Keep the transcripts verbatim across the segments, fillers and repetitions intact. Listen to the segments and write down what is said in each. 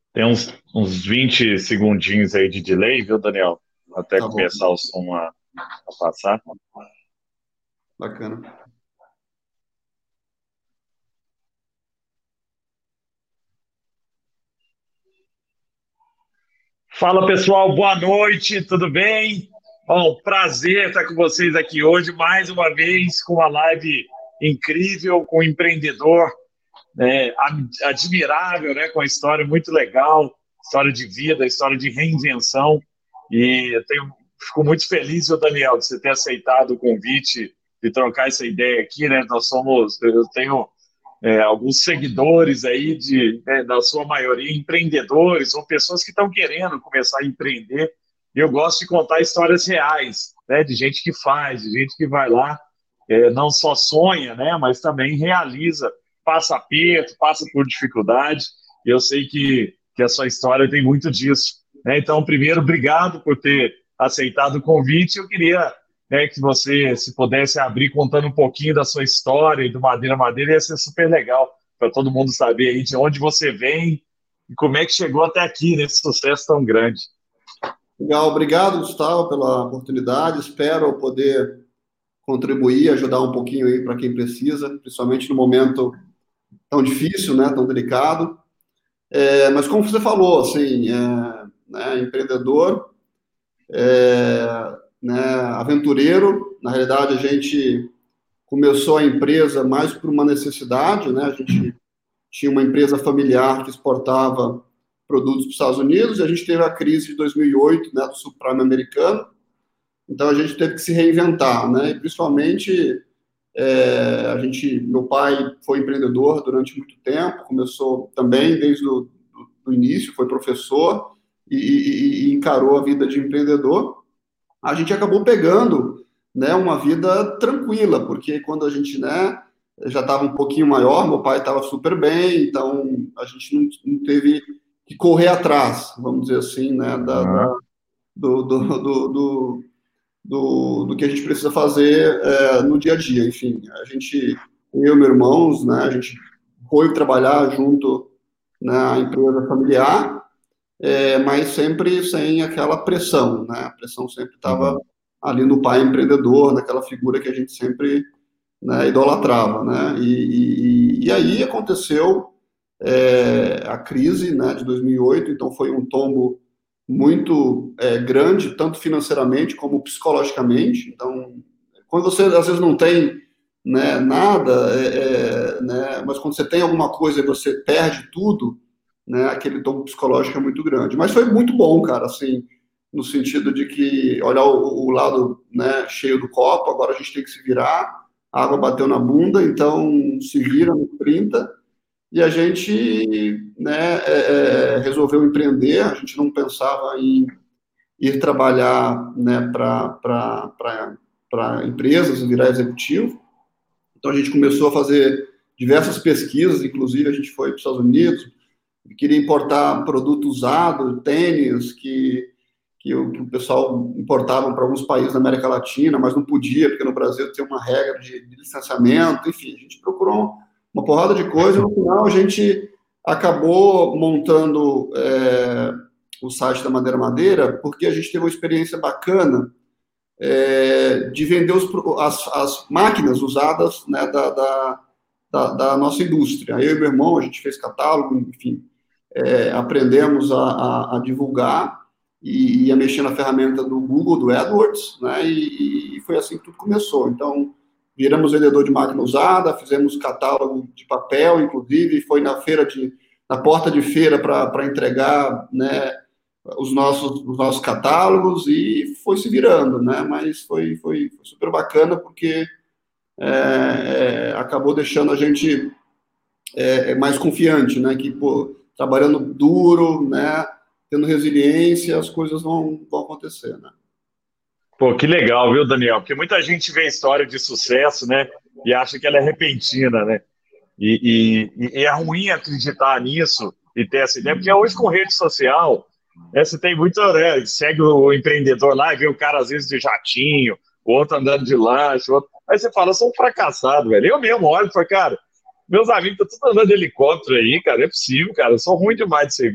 Tem uns, uns vinte segundinhos aí de delay, viu, Daniel? Até Tá bom, começar o som a, a passar. bacana. Fala pessoal, boa noite, tudo bem? Bom, prazer estar com vocês aqui hoje, mais uma vez, com uma live incrível, com um empreendedor né, admirável, né, com uma história muito legal, história de vida, história de reinvenção. E eu tenho, fico muito feliz, viu, Daniel, de você ter aceitado o convite de trocar essa ideia aqui, né? Nós somos, eu tenho é, alguns seguidores aí, de, né, na sua maioria, empreendedores ou pessoas que estão querendo começar a empreender. E eu gosto de contar histórias reais, né, de gente que faz, de gente que vai lá, é, não só sonha, né, mas também realiza, passa aperto, passa por dificuldade. E eu sei que, que a sua história tem muito disso. Né? Então, primeiro, obrigado por ter aceitado o convite. Eu queria né, que você, se pudesse abrir contando um pouquinho da sua história e do Madeira Madeira, ia ser super legal para todo mundo saber aí de onde você vem e como é que chegou até aqui nesse sucesso tão grande. Legal, obrigado, Gustavo, pela oportunidade. Espero poder contribuir, ajudar um pouquinho aí para quem precisa, principalmente no momento tão difícil, né, tão delicado. É, mas como você falou, assim, é, né, empreendedor, é, né, aventureiro. Na realidade, a gente começou a empresa mais por uma necessidade, né? A gente tinha uma empresa familiar que exportava produtos para os Estados Unidos, e a gente teve a crise de dois mil e oito, né, do subprime americano, então a gente teve que se reinventar, né, e principalmente é, a gente, meu pai foi empreendedor durante muito tempo, começou também desde o do, do início, foi professor e, e, e encarou a vida de empreendedor. A gente acabou pegando, né, uma vida tranquila, porque quando a gente, né, já estava um pouquinho maior, meu pai estava super bem, então a gente não, não teve que correr atrás, vamos dizer assim, né, da, Uhum. da, do, do, do, do, do, do que a gente precisa fazer é, no dia a dia. Enfim, a gente, eu e meus irmãos, né, a gente foi trabalhar junto na empresa familiar, é, mas sempre sem aquela pressão, né? A pressão sempre estava Uhum. ali no pai empreendedor, naquela figura que a gente sempre, né, idolatrava, né? E, e, e aí aconteceu é, a crise, né, de dois mil e oito, então foi um tombo muito é, grande, tanto financeiramente como psicologicamente. Então, quando você às vezes não tem, né, nada, é, é, né, mas quando você tem alguma coisa e você perde tudo, né, aquele tombo psicológico é muito grande. Mas foi muito bom, cara, assim, no sentido de que olhar o, o lado, né, cheio do copo, agora a gente tem que se virar, a água bateu na bunda, então se vira no trinta, e a gente, né, é, é, resolveu empreender. A gente não pensava em ir trabalhar, né, para empresas, virar executivo. Então a gente começou a fazer diversas pesquisas, inclusive a gente foi para os Estados Unidos, queria importar produto usado, tênis, que, que, o, que o pessoal importava para alguns países da América Latina, mas não podia, porque no Brasil tem uma regra de, de licenciamento. Enfim, a gente procurou uma porrada de coisa, e no final a gente acabou montando é, o site da Madeira Madeira, porque a gente teve uma experiência bacana é, de vender os, as, as, máquinas usadas, né, da, da, da, da, nossa indústria. Eu e meu irmão, a gente fez catálogo, enfim, é, aprendemos a, a, a divulgar e, e, a mexer na ferramenta do Google, do AdWords, né, e, e foi assim que tudo começou. Então, viramos vendedor de máquina usada, fizemos catálogo de papel, inclusive, foi na feira de, na porta de feira para entregar, né, os nossos, os nossos catálogos, e foi se virando, né? Mas foi, foi, foi super bacana, porque é, é, acabou deixando a gente é, mais confiante, né? Que, pô, trabalhando duro, né? Tendo resiliência, as coisas vão, vão acontecer, né? Pô, que legal, viu, Daniel? Porque muita gente vê a história de sucesso, né? E acha que ela é repentina, né? E, e- e é ruim acreditar nisso e ter essa ideia, porque hoje com rede social, né, você tem muito, né, segue o empreendedor lá e vê o cara às vezes de jatinho, o outro andando de lanche, o outro... aí você fala, eu sou um fracassado, velho. Eu mesmo olho e falo, cara, meus amigos estão tudo andando de helicóptero aí, cara, não é possível, cara, eu sou ruim demais de serviço.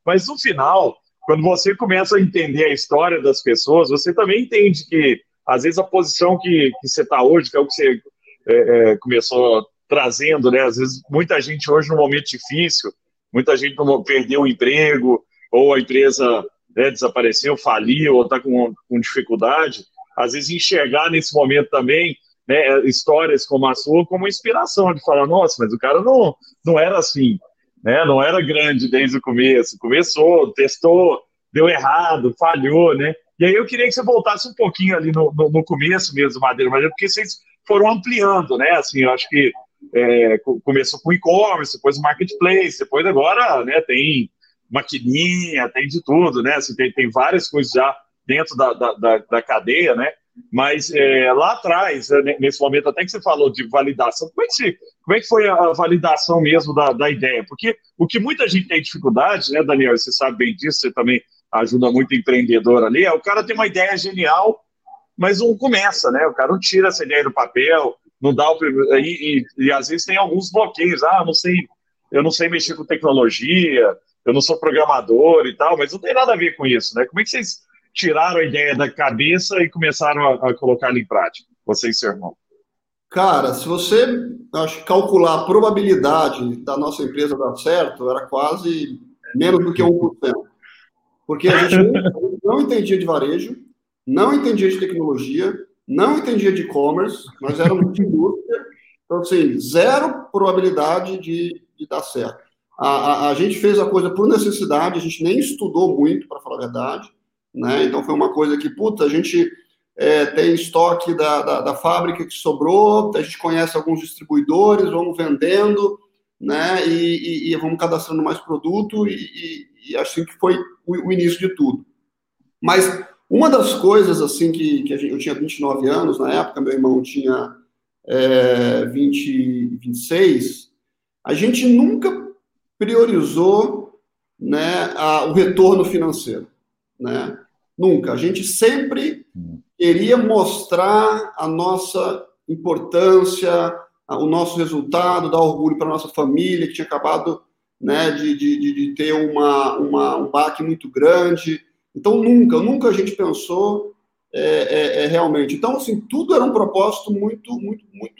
Mas no final, quando você começa a entender a história das pessoas, você também entende que, às vezes, a posição que, que você está hoje, que é o que você é, é, começou trazendo, né? Às vezes, muita gente hoje, num momento difícil, muita gente perdeu o emprego, ou a empresa, né, desapareceu, faliu, ou está com, com dificuldade. Às vezes, enxergar nesse momento também, né, histórias como a sua, como inspiração, de falar, nossa, mas o cara não, não era assim, né? Não era grande desde o começo. Começou, testou, deu errado, falhou, né? E aí eu queria que você voltasse um pouquinho ali no, no, no começo mesmo, Madeira, mas é porque vocês foram ampliando, né? Assim, eu acho que é, começou com e-commerce, depois o marketplace, depois agora, né, tem maquininha, tem de tudo, né? Assim, tem, tem várias coisas já dentro da, da, da, da cadeia, né? Mas é, lá atrás, né, nesse momento até que você falou de validação, como é que, você, como é que foi a validação mesmo da, da ideia? Porque o que muita gente tem dificuldade, né, Daniel, você sabe bem disso, você também ajuda muito empreendedor ali, é o cara tem uma ideia genial, mas não começa, né? O cara não tira essa ideia do papel, não dá o primeiro, e, e, e às vezes tem alguns bloqueios, ah, não sei, eu não sei mexer com tecnologia, eu não sou programador e tal, mas não tem nada a ver com isso, né? Como é que vocês tiraram a ideia da cabeça e começaram a, a colocar ela em prática, você e seu irmão? Cara, se você, acho, calcular a probabilidade da nossa empresa dar certo, era quase menos do que um por cento. Porque a gente não, a gente não entendia de varejo, não entendia de tecnologia, não entendia de e-commerce, nós éramos de indústria, então, assim, zero probabilidade de, de dar certo. A, a, a gente fez a coisa por necessidade, a gente nem estudou muito, para falar a verdade, né? Então, foi uma coisa que, puta, a gente é, tem estoque da, da, da fábrica que sobrou, a gente conhece alguns distribuidores, vamos vendendo, né? E, e, e vamos cadastrando mais produto, e, e, e assim que foi o, o início de tudo. Mas uma das coisas, assim, que, que a gente, eu tinha vinte e nove anos na época, meu irmão tinha é, vinte, vinte e seis, a gente nunca priorizou, né, a, o retorno financeiro, né? Nunca. A gente sempre queria mostrar a nossa importância, o nosso resultado, dar orgulho para a nossa família, que tinha acabado, né, de, de, de ter uma, uma, um baque muito grande. Então, nunca, nunca a gente pensou é, é, é, realmente. Então, assim, tudo era um propósito muito, muito, muito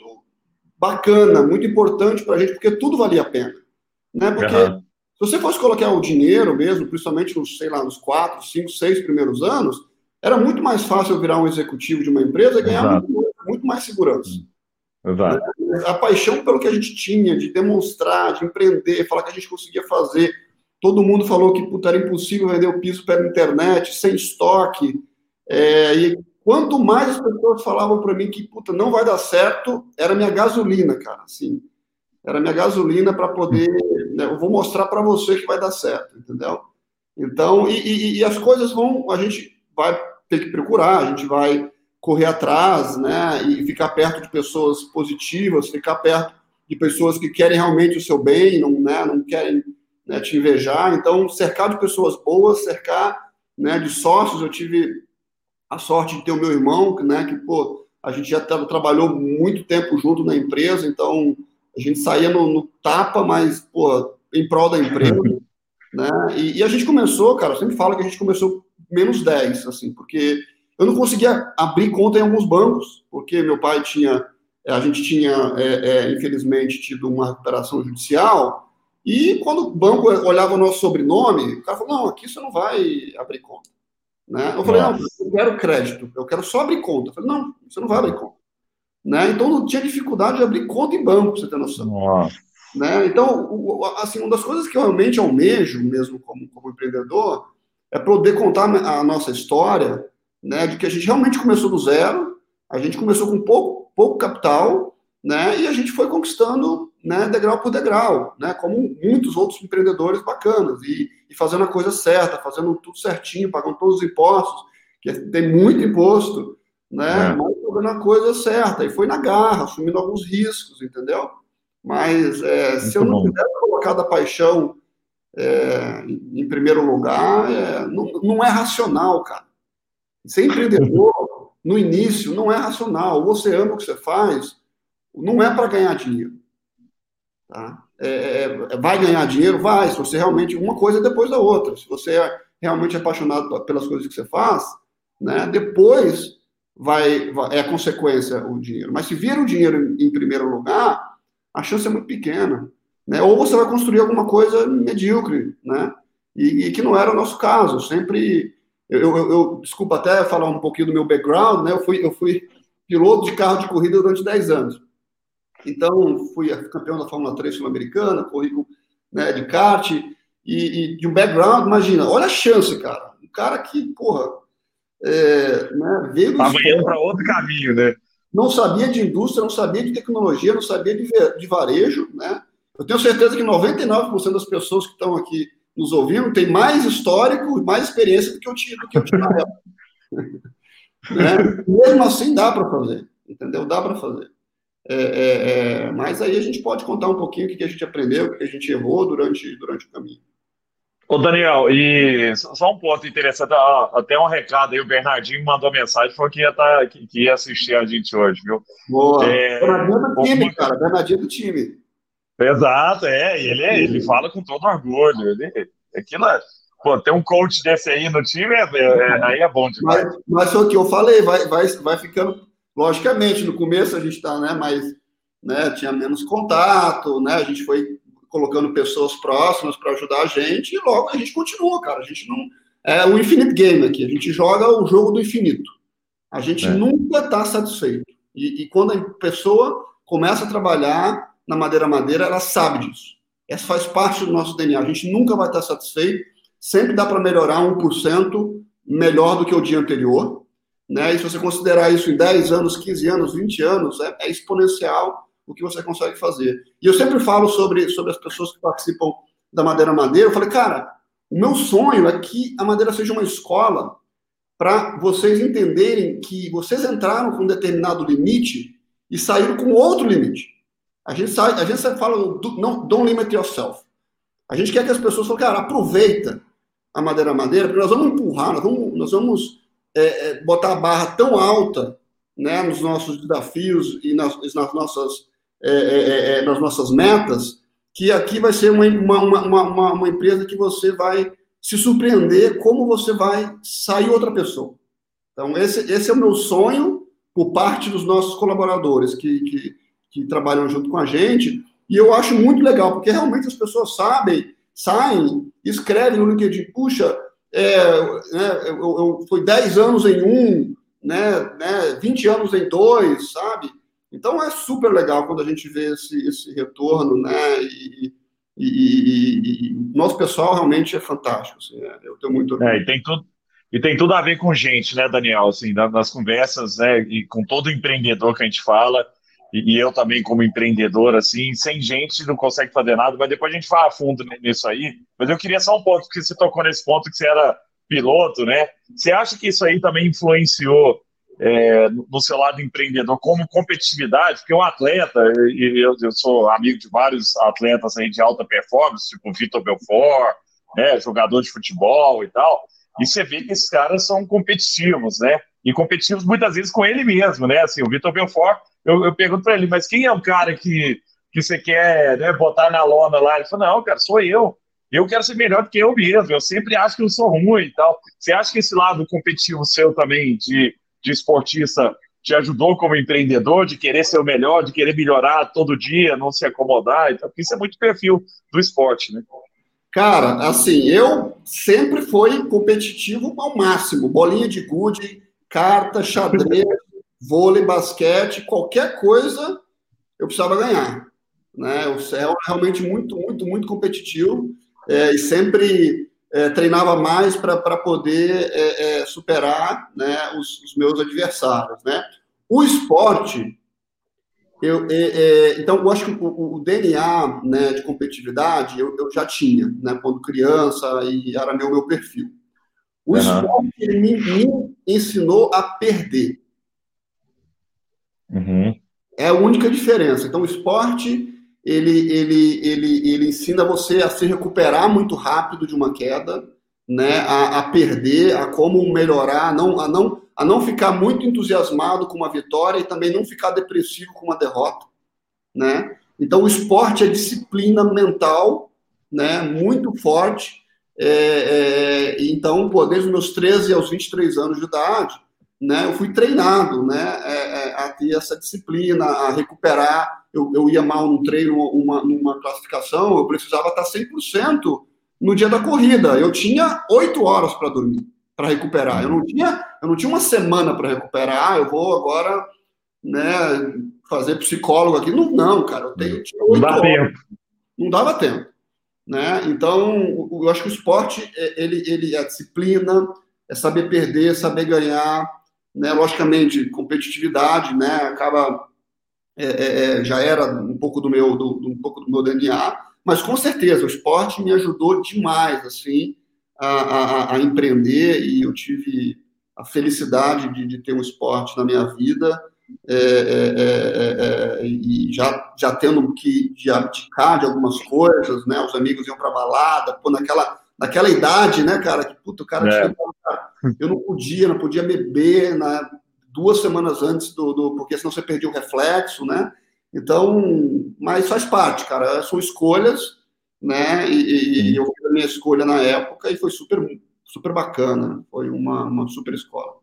bacana, muito importante para a gente, porque tudo valia a pena, né? Porque uhum. se você fosse colocar o dinheiro mesmo, principalmente nos, sei lá, nos quatro, cinco, seis primeiros anos, era muito mais fácil virar um executivo de uma empresa e ganhar muito, muito mais segurança. Exato. Né? A paixão pelo que a gente tinha, de demonstrar, de empreender, falar que a gente conseguia fazer. Todo mundo falou que puta, era impossível vender o piso pela internet, sem estoque. É, e quanto mais as pessoas falavam para mim que puta, não vai dar certo, era minha gasolina, cara. Assim, era minha gasolina para poder... Né, eu vou mostrar para você que vai dar certo, entendeu? Então, e, e, e as coisas vão... A gente vai ter que procurar, a gente vai correr atrás, né? E ficar perto de pessoas positivas, ficar perto de pessoas que querem realmente o seu bem, não, né, não querem... Né, te invejar, então cercar de pessoas boas, cercar, né, de sócios. Eu tive a sorte de ter o meu irmão, né, que, pô, a gente já tra trabalhou muito tempo junto na empresa, então a gente saía no, no tapa, mas, pô, em prol da empresa, né, e, e a gente começou, cara, eu sempre falo que a gente começou menos dez, assim, porque eu não conseguia abrir conta em alguns bancos, porque meu pai tinha, a gente tinha, é, é, infelizmente, tido uma recuperação judicial. E quando o banco olhava o nosso sobrenome, o cara falou, não, aqui você não vai abrir conta. Né? Eu falei, Nossa. não, eu quero crédito, eu quero só abrir conta. Eu falei, não, você não vai abrir conta. Né? Então, não tinha dificuldade de abrir conta em banco, pra você ter noção. Né? Então, assim, uma das coisas que eu realmente almejo, mesmo como, como empreendedor, é poder contar a nossa história, né, de que a gente realmente começou do zero, a gente começou com pouco, pouco capital, né, e a gente foi conquistando, né, degrau por degrau, né, como muitos outros empreendedores bacanas, e, e fazendo a coisa certa, fazendo tudo certinho, pagando todos os impostos, que tem muito imposto, né, é. mas fazendo a coisa certa, e foi na garra, assumindo alguns riscos, entendeu? Mas é, se eu não bom. tivesse colocado a paixão é, em, em primeiro lugar, é, não, não é racional, cara. Ser empreendedor, no início, não é racional. Você ama o que você faz, não é para ganhar dinheiro. Tá? é, vai ganhar dinheiro? Vai, se você realmente, uma coisa depois da outra, se você é realmente apaixonado pelas coisas que você faz, né, depois vai, vai é a consequência o dinheiro, mas se vir o dinheiro em, em primeiro lugar, a chance é muito pequena, né, ou você vai construir alguma coisa medíocre, né, e, e que não era o nosso caso, sempre, eu, eu, eu desculpa até falar um pouquinho do meu background, né, eu fui, eu fui piloto de carro de corrida durante dez anos. Então, fui campeão da Fórmula três sul-americana, corri com, né, de kart, e, e de um background, imagina, olha a chance, cara. Um cara que, porra, é, né, veio do Estava indo esporte, para outro caminho, né? não sabia de indústria, não sabia de tecnologia, não sabia de, de varejo, né? Eu tenho certeza que noventa e nove por cento das pessoas que estão aqui nos ouvindo têm mais histórico, mais experiência do que eu tinha, do que eu tinha na época. Né? Mesmo assim, dá para fazer, entendeu? Dá para fazer. É, é, é, mas aí a gente pode contar um pouquinho o que a gente aprendeu, o que a gente errou durante, durante o caminho. Ô, Daniel, e só um ponto interessante, até um recado aí, o Bernardinho mandou mensagem, falou que ia, tá, que, que ia assistir a gente hoje, viu? Boa. É, Bernardinho do time, uma... cara. Bernardinho do time. Exato, é, ele, é, ele fala com todo orgulho. Ele, aquilo é, pô, ter um coach desse aí no time, é, é, aí é bom demais. Mas, mas foi o que eu falei, vai, vai, vai ficando. Logicamente, no começo a gente está, né, mais, né, tinha menos contato, né, a gente foi colocando pessoas próximas para ajudar a gente, e logo a gente continua, cara. A gente não. É o Infinite Game aqui, a gente joga o jogo do infinito. A gente é. nunca está satisfeito. E, e quando a pessoa começa a trabalhar na Madeira Madeira, ela sabe disso. Essa faz parte do nosso D N A. A gente nunca vai estar satisfeito, sempre dá para melhorar um por cento melhor do que o dia anterior, né? E se você considerar isso em dez anos, quinze anos, vinte anos, é, é exponencial o que você consegue fazer. E eu sempre falo sobre, sobre as pessoas que participam da Madeira Madeira, eu falei, cara, o meu sonho é que a Madeira seja uma escola para vocês entenderem que vocês entraram com um determinado limite e saíram com outro limite. A gente, sai, a gente sempre fala, do, não, don't limit yourself. A gente quer que as pessoas falem, cara, aproveita a Madeira Madeira, porque nós vamos empurrar, nós vamos, nós vamos é, é, botar a barra tão alta, né, nos nossos desafios e nas, nas, nossas, é, é, é, nas nossas metas, que aqui vai ser uma, uma, uma, uma, uma empresa que você vai se surpreender como você vai sair outra pessoa. Então, esse, esse é o meu sonho por parte dos nossos colaboradores que, que, que trabalham junto com a gente, e eu acho muito legal, porque realmente as pessoas sabem, saem, escrevem no LinkedIn, puxa, é, né, eu, eu fui dez anos em um, né, né, vinte anos em dois, sabe? Então, é super legal quando a gente vê esse, esse retorno, né, e E, e, e nosso pessoal realmente é fantástico. Assim, né? Eu tenho muito orgulho. É, e tem tudo, e tem tudo a ver com gente, né, Daniel? Assim, nas conversas, né, e com todo empreendedor que a gente fala, e, e eu também como empreendedor, assim, sem gente não consegue fazer nada, mas depois a gente fala a fundo nisso aí. Mas eu queria só um ponto, porque você tocou nesse ponto que você era piloto, né? Você acha que isso aí também influenciou É, no seu lado empreendedor, como competitividade, porque um atleta, e eu, eu sou amigo de vários atletas aí de alta performance, tipo Vitor Belfort, né, jogador de futebol e tal, e você vê que esses caras são competitivos, né, e competitivos muitas vezes com ele mesmo, né, assim, o Vitor Belfort, eu, eu pergunto para ele, mas quem é o cara que, que você quer, né, botar na lona lá? Ele falou, não, cara, sou eu. Eu quero ser melhor do que eu mesmo, eu sempre acho que eu sou ruim e tal. Você acha que esse lado competitivo seu também, de de esportista, te ajudou como empreendedor, de querer ser o melhor, de querer melhorar todo dia, não se acomodar, então, porque isso é muito perfil do esporte, né? Cara, assim, eu sempre fui competitivo ao máximo, bolinha de gude, carta, xadrez, vôlei, basquete, qualquer coisa eu precisava ganhar, né? Eu era realmente muito, muito, muito competitivo, é, e sempre É, treinava mais para poder é, é, superar, né, os, os meus adversários, né? O esporte, eu, é, é, então, eu acho que o, o D N A, né, de competitividade eu, eu já tinha, né, quando criança, e era meu, meu perfil. O uhum. esporte ele me, me ensinou a perder. Uhum. É a única diferença. Então, o esporte Ele, ele, ele, ele ensina você a se recuperar muito rápido de uma queda, né, a, a perder, a como melhorar, a não, a, não, a não ficar muito entusiasmado com uma vitória e também não ficar depressivo com uma derrota, né? Então, o esporte é disciplina mental, né, muito forte. É, é, então, pô, desde os meus treze aos vinte e três anos de idade, né, eu fui treinado, né, é, é, a ter essa disciplina, a recuperar. Eu, eu ia mal num treino, uma, numa classificação, eu precisava estar cem por cento no dia da corrida. Eu tinha oito horas para dormir, para recuperar. Eu não tinha, eu não tinha uma semana para recuperar. Ah, eu vou agora, né, fazer psicólogo aqui. Não, não, cara, eu tenho oito horas. Tempo. Não dava tempo. Né? Então, eu acho que o esporte, ele, ele é a disciplina, é saber perder, saber ganhar, né? Logicamente, competitividade, né? Acaba, é, é, já era um pouco do meu, do, um pouco do meu D N A, mas com certeza o esporte me ajudou demais, assim, a, a, a empreender, e eu tive a felicidade de, de ter um esporte na minha vida. É, é, é, é, e já, já tendo que de abdicar de algumas coisas, né? Os amigos iam para balada, pô, naquela, naquela idade, né, cara? Que puto, o cara é. tinha. Eu não podia, não podia beber, né, duas semanas antes do, do. Porque senão você perdia o reflexo, né? Então, mas faz parte, cara. São escolhas, né? E, e eu fiz a minha escolha na época e foi super, super bacana. Foi uma, uma super escola.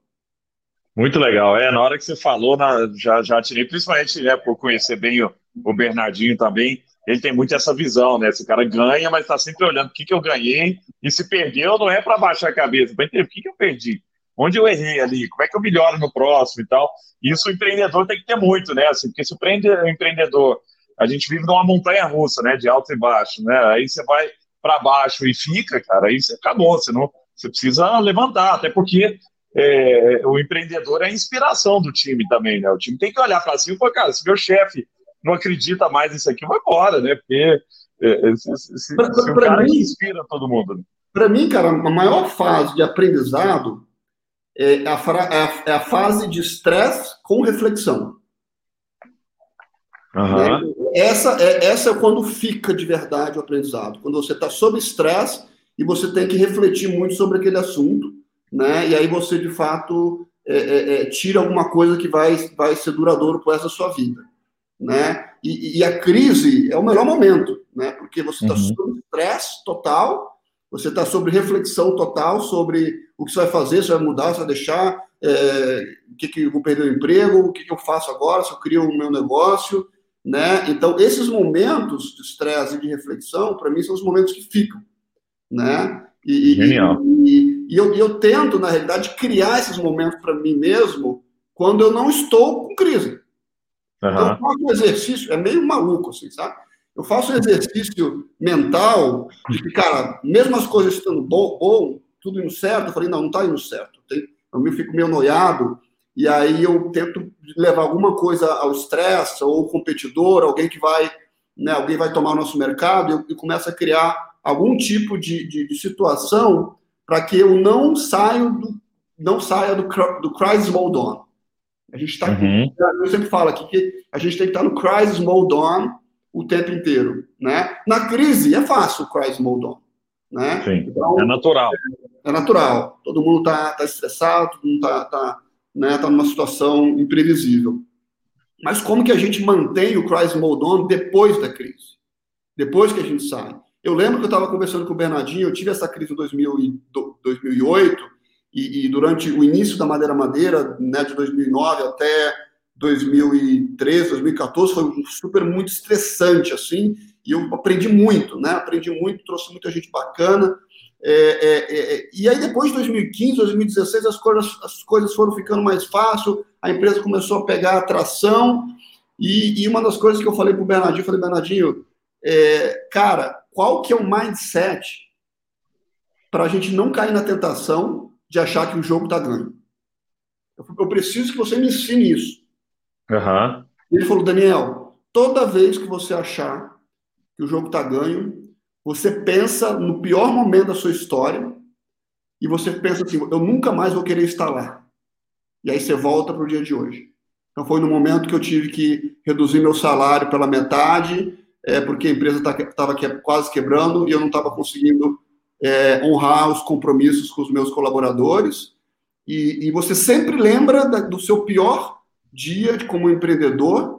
Muito legal. É, na hora que você falou, na, já, já tirei, principalmente, né, por conhecer bem o, o Bernardinho também, ele tem muito essa visão, né? Esse cara ganha, mas está sempre olhando o que, que eu ganhei, e se perdeu, não é para baixar a cabeça, para entender o que, que eu perdi, onde eu errei ali, como é que eu melhoro no próximo e tal. Isso o empreendedor tem que ter muito, né? Assim, porque se o empreendedor, a gente vive numa montanha russa, né? De alto e baixo, né? Aí você vai para baixo e fica, cara, aí você acabou, você, não, você precisa levantar, até porque É, o empreendedor é a inspiração do time também, né? O time tem que olhar para cima e falar, cara, se meu chefe não acredita mais nisso aqui, vai embora, né? Porque é, se, se, pra, se pra, o cara mim, que inspira todo mundo. Né? Para mim, cara, a maior fase de aprendizado é a, é a, é a fase de estresse com reflexão. Uhum. Né? Essa, é, essa é quando fica de verdade o aprendizado. Quando você está sob estresse e você tem que refletir muito sobre aquele assunto, né? E aí você, de fato, é, é, é, tira alguma coisa que vai, vai ser duradouro para essa sua vida, né? E, e a crise é o melhor momento, né? Porque você está uhum. sob estresse total, você está sob reflexão total sobre o que você vai fazer, se vai mudar, se vai deixar, é, o que, que eu vou perder o emprego, o que, que eu faço agora, se eu crio o meu negócio, né? Então, esses momentos de estresse e de reflexão, para mim, são os momentos que ficam, né? E, Genial. E, e eu, eu tento, na realidade, criar esses momentos para mim mesmo quando eu não estou com crise. Uhum. Então, eu faço um exercício, é meio maluco, assim, sabe? Eu faço um exercício mental de que, cara, mesmo as coisas estando bom, bom tudo indo certo, eu falei, não, não está indo certo. Eu me fico meio noiado, e aí eu tento levar alguma coisa ao estresse, ou competidor, alguém que vai, né, alguém vai tomar o nosso mercado, e eu, eu começo a criar algum tipo de, de, de situação para que eu não saia do, não saia do, do crisis mode on. A gente está, uhum. eu sempre falo aqui que a gente tem que estar no crisis mode on o tempo inteiro, né? Na crise é fácil o crisis mode on, né? Sim, então, é natural. É, é natural. Todo mundo está tá estressado, todo mundo está tá, né, tá numa situação imprevisível. Mas como que a gente mantém o crisis mode on depois da crise? Depois que a gente sai? Eu lembro que eu estava conversando com o Bernardinho, eu tive essa crise em dois mil e oito, e, e durante o início da Madeira Madeira, né, de dois mil e nove até dois mil e treze, dois mil e quatorze, foi super muito estressante, assim, e eu aprendi muito, né, aprendi muito, trouxe muita gente bacana, é, é, é, e aí depois de dois mil e quinze, dois mil e dezesseis, as coisas, as coisas foram ficando mais fáceis, a empresa começou a pegar atração, e, e uma das coisas que eu falei para o Bernardinho, eu falei, Bernardinho, é, cara, qual que é o mindset para a gente não cair na tentação de achar que o jogo está ganho? Eu, eu preciso que você me ensine isso. Uhum. Ele falou, Daniel, toda vez que você achar que o jogo está ganho, você pensa no pior momento da sua história e você pensa assim, eu nunca mais vou querer estar lá. E aí você volta para o dia de hoje. Então foi no momento que eu tive que reduzir meu salário pela metade, é, porque a empresa estava que, quase quebrando e eu não estava conseguindo é, honrar os compromissos com os meus colaboradores. E, e você sempre lembra da, do seu pior dia como empreendedor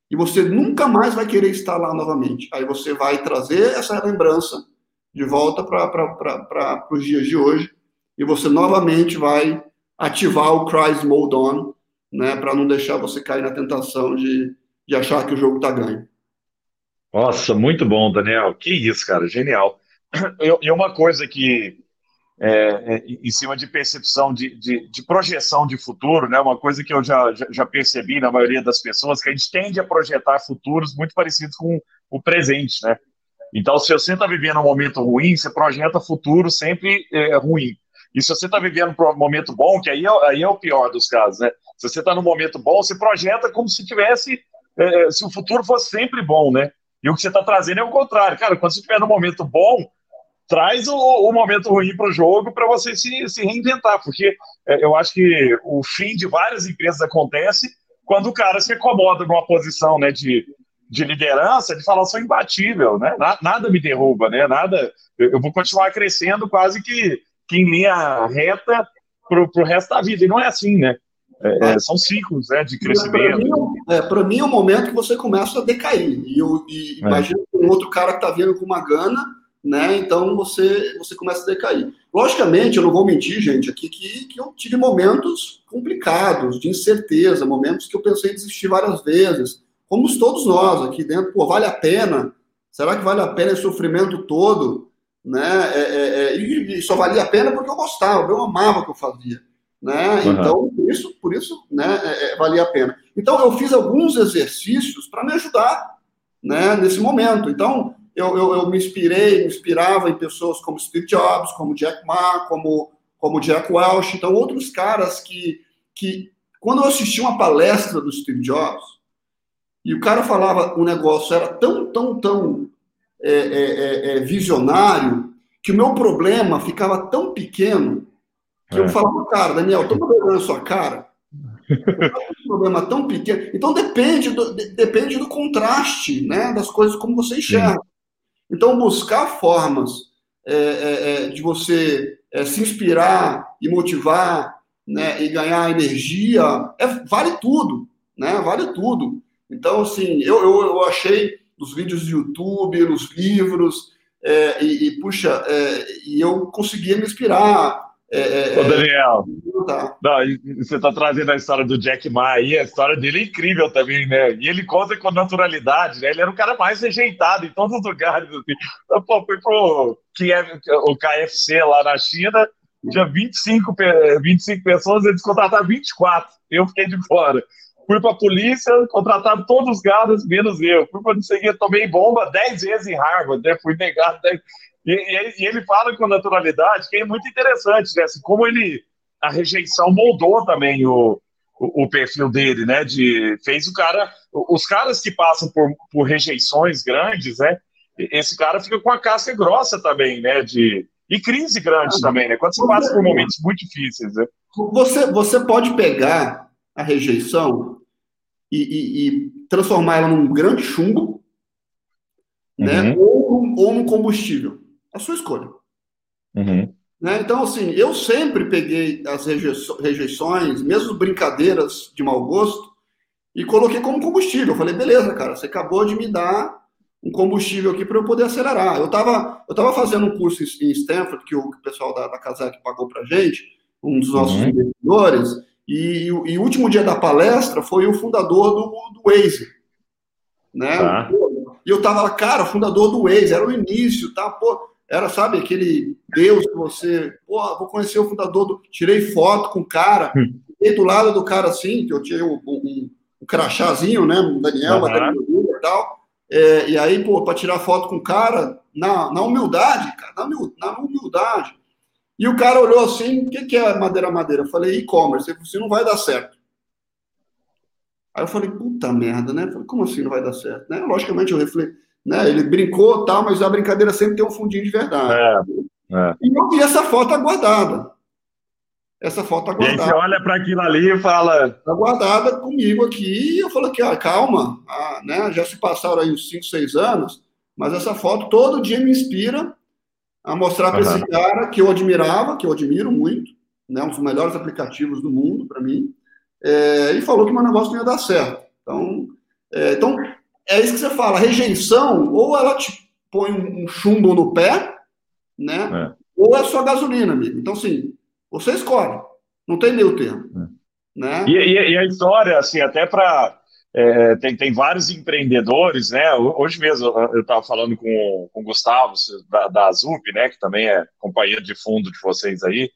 e você nunca mais vai querer estar lá novamente. Aí você vai trazer essa lembrança de volta para os dias de hoje, e você novamente vai ativar o Christ Mode On, né, para não deixar você cair na tentação de, de achar que o jogo está ganho. Nossa, muito bom, Daniel. Que isso, cara, genial. E uma coisa que, é, é, em cima de percepção, de, de, de projeção de futuro, né, uma coisa que eu já, já, já percebi na maioria das pessoas, que a gente tende a projetar futuros muito parecidos com o presente, né? Então, se você está vivendo um momento ruim, você projeta futuro sempre é, ruim. E se você está vivendo um momento bom, que aí é, aí é o pior dos casos, né? Se você está num momento bom, você projeta como se tivesse, é, se o futuro fosse sempre bom, né? E o que você está trazendo é o contrário. Cara, quando você estiver num momento bom, traz o, o momento ruim para o jogo para você se, se reinventar, porque é, eu acho que o fim de várias empresas acontece quando o cara se acomoda numa posição, né, de, de liderança, de falar, eu sou imbatível, né? Nada, nada me derruba, né? Nada, eu, eu vou continuar crescendo quase que, que em linha reta para o resto da vida, e não é assim, né? É, é, são ciclos, né, de crescimento. Para mim, é o momento que você começa a decair. E, eu, e é. Imagina um outro cara que está vindo com uma gana, né? Então você, você começa a decair. Logicamente, eu não vou mentir, gente, aqui que, que eu tive momentos complicados, de incerteza, momentos que eu pensei em desistir várias vezes, como todos nós aqui dentro. Pô, vale a pena? Será que vale a pena esse sofrimento todo? Né? É, é, é, e, e só valia a pena porque eu gostava, eu amava o que eu fazia. Né? Uhum. Então, por isso, por isso né, é, é, valia a pena. Então, eu fiz alguns exercícios para me ajudar, né, nesse momento. Então, eu, eu, eu me inspirei, me inspirava em pessoas como Steve Jobs, como Jack Ma, como, como Jack Welch. Então, outros caras que, que, quando eu assisti uma palestra do Steve Jobs, e o cara falava, o negócio era tão, tão, tão é, é, é, visionário, que o meu problema ficava tão pequeno, que é. eu falava, cara, Daniel, estou problema na sua cara. Um problema tão pequeno. Então depende do, de, depende do contraste, né, das coisas como você enxerga. Sim. Então buscar formas é, é, de você é, se inspirar e motivar, né, e ganhar energia, é, vale tudo, né? Vale tudo. Então, assim, eu, eu, eu achei nos vídeos do YouTube, nos livros, é, e, e, puxa, é, e eu conseguia me inspirar. É, Ô, Daniel, tá. Não, você está trazendo a história do Jack Ma aí, a história dele é incrível também, né? E ele conta com naturalidade, né? Ele era o cara mais rejeitado em todos os lugares. Assim. Então, pô, fui pro o K F C lá na China, tinha vinte e cinco, vinte e cinco pessoas, eles contrataram vinte e quatro. Eu fiquei de fora. Fui para a polícia, contrataram todos os caras, menos eu. Fui para não sei o que, tomei bomba dez vezes em Harvard, né? Fui negado dez... E, e, e ele fala com naturalidade, que é muito interessante, né? Assim, como ele, a rejeição moldou também o, o, o perfil dele, né? De, fez o cara, os caras que passam por, por rejeições grandes, né? Esse cara fica com a casca grossa também, né? De, e crise grande também, né? Quando você passa por momentos muito difíceis, né? Você, você pode pegar a rejeição e, e, e transformar ela num grande chumbo, né? Uhum. Ou, ou num combustível. A sua escolha. Uhum. Né? Então, assim, eu sempre peguei as rejeições, mesmo brincadeiras de mau gosto, e coloquei como combustível. Eu falei, beleza, cara, você acabou de me dar um combustível aqui para eu poder acelerar. Eu estava eu tava fazendo um curso em Stanford, que o pessoal da, da Kazakh pagou para a gente, um dos nossos uhum. investidores, e, e o último dia da palestra foi o fundador do, do Waze. Né? Tá. E eu tava lá, cara, fundador do Waze, era o início, tá? Pô, era, sabe, aquele Deus que você, pô, vou conhecer o fundador do... Tirei foto com o cara, fiquei do lado do cara assim, que eu tirei um, um, um crachazinho, né, um Daniel, uhum. Daniel e tal, é, e aí, pô, para tirar foto com o cara, na, na humildade, cara, na, na humildade. E o cara olhou assim, o que, que é madeira madeira? Eu falei, e-commerce, ele falou assim, não vai dar certo. Aí eu falei, puta merda, né? Eu falei, como assim não vai dar certo? Né? Logicamente eu refleti, né? Ele brincou, tal, mas a brincadeira sempre tem um fundinho de verdade. É, é. E eu vi essa foto aguardada. Essa foto aguardada. E aí você olha para aquilo ali e fala... Aguardada comigo aqui, e eu falo aqui, ó, calma, ah, né? Já se passaram aí uns cinco, seis anos, mas essa foto todo dia me inspira a mostrar para uhum. esse cara que eu admirava, que eu admiro muito, né? Um dos melhores aplicativos do mundo para mim, é, e falou que meu negócio não ia dar certo. Então, É, então, é isso que você fala, a rejeição, ou ela te põe um chumbo no pé, né? É. Ou é só gasolina, amigo. Então, assim, você escolhe. Não tem meio termo. É. Né? E, e, e a história, assim, até para... É, tem, tem vários empreendedores, né? Hoje mesmo eu estava falando com, com o Gustavo, da, da Zup, né? Que também é companheiro de fundo de vocês aí.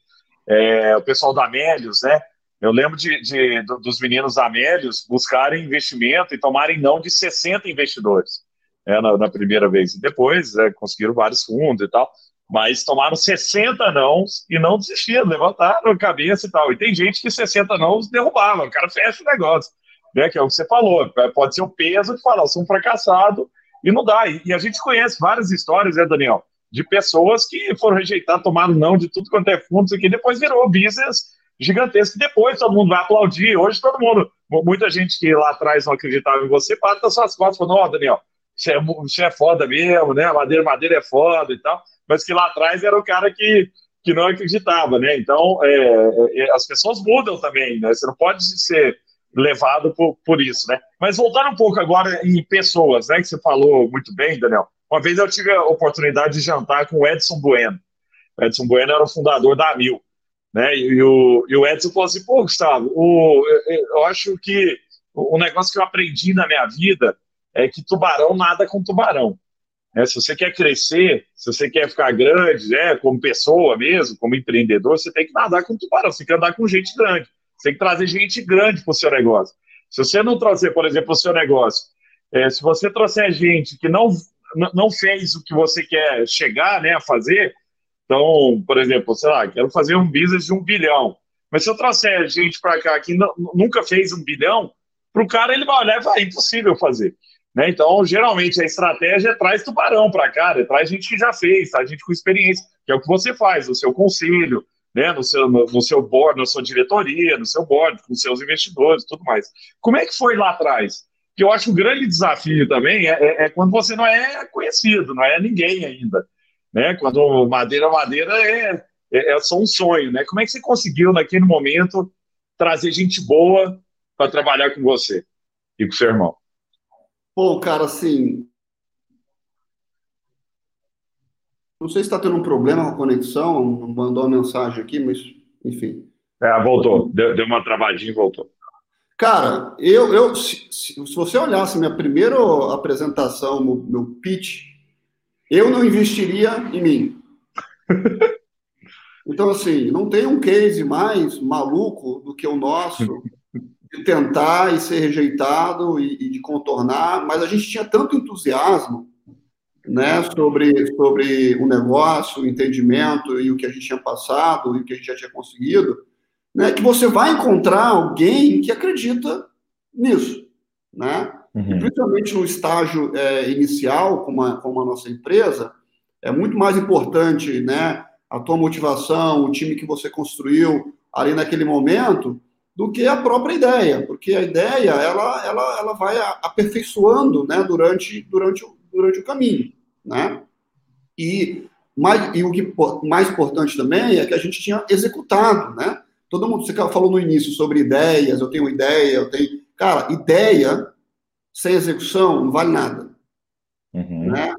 É, o pessoal da Amélios, né? Eu lembro de, de, dos meninos da Amélios buscarem investimento e tomarem não de sessenta investidores, né, na, na primeira vez. E depois é, conseguiram vários fundos e tal, mas tomaram sessenta nãos e não desistiram, levantaram a cabeça e tal. E tem gente que sessenta nãos derrubava, o cara fecha o negócio, né, que é o que você falou. Pode ser o peso de falar, eu sou um fracassado e não dá. E, e a gente conhece várias histórias, né, Daniel, de pessoas que foram rejeitadas, tomaram não de tudo quanto é fundo, e que depois virou business gigantesco, depois todo mundo vai aplaudir. Hoje todo mundo, muita gente que lá atrás não acreditava em você, bate nas suas costas e fala, ó, oh, Daniel, você é, você é foda mesmo, né, madeira, madeira é foda e tal, mas que lá atrás era o cara que, que não acreditava, né, então é, é, as pessoas mudam também, né, você não pode ser levado por, por isso, né, mas voltando um pouco agora em pessoas, né, que você falou muito bem, Daniel. Uma vez eu tive a oportunidade de jantar com o Edson Bueno. O Edson Bueno era o fundador da Amil, né? E, e, o, e o Edson falou assim, pô, Gustavo, o, eu, eu acho que o negócio que eu aprendi na minha vida é que tubarão nada com tubarão. Né? Se você quer crescer, se você quer ficar grande, né, como pessoa mesmo, como empreendedor, você tem que nadar com tubarão, você tem que andar com gente grande, você tem que trazer gente grande para o seu negócio. Se você não trazer, por exemplo, o seu negócio, é, se você trouxer gente que não, não fez o que você quer chegar, né, a fazer. Então, por exemplo, sei lá, quero fazer um business de um bilhão. Mas se eu trouxer gente para cá que não, nunca fez um bilhão, para o cara ele vai olhar e vai, é impossível fazer. Né? Então, geralmente, a estratégia é traz tubarão para cá, né? Traz gente que já fez, traz gente com experiência, que é o que você faz no seu conselho, né? no, seu, no, no seu board, na sua diretoria, no seu board, com seus investidores e tudo mais. Como é que foi lá atrás? Que eu acho que o grande desafio também é, é, é quando você não é conhecido, não é ninguém ainda. Né? Quando madeira madeira é, é, é só um sonho, né? Como é que você conseguiu naquele momento trazer gente boa para trabalhar com você e com o seu irmão? Bom, cara, assim, não sei se está tendo um problema com a conexão, mandou uma mensagem aqui, mas enfim. É, voltou, deu, deu uma travadinha e voltou. Cara, eu, eu se, se você olhasse minha primeira apresentação, meu, meu pitch, eu não investiria em mim. Então, assim, não tem um case mais maluco do que o nosso de tentar e ser rejeitado e, e de contornar, mas a gente tinha tanto entusiasmo, né, sobre, sobre o negócio, o entendimento e o que a gente tinha passado e o que a gente já tinha conseguido, né, que você vai encontrar alguém que acredita nisso, né? Uhum. E principalmente no estágio é, inicial, como a, como a nossa empresa, é muito mais importante, né, a tua motivação, o time que você construiu ali naquele momento, do que a própria ideia, porque a ideia, ela, ela, ela vai aperfeiçoando, né, durante, durante, durante o caminho, né? E, mais, e o que mais importante também é que a gente tinha executado, né? Todo mundo, você falou no início sobre ideias, eu tenho ideia, eu tenho... Cara, ideia sem execução não vale nada. Uhum. Né?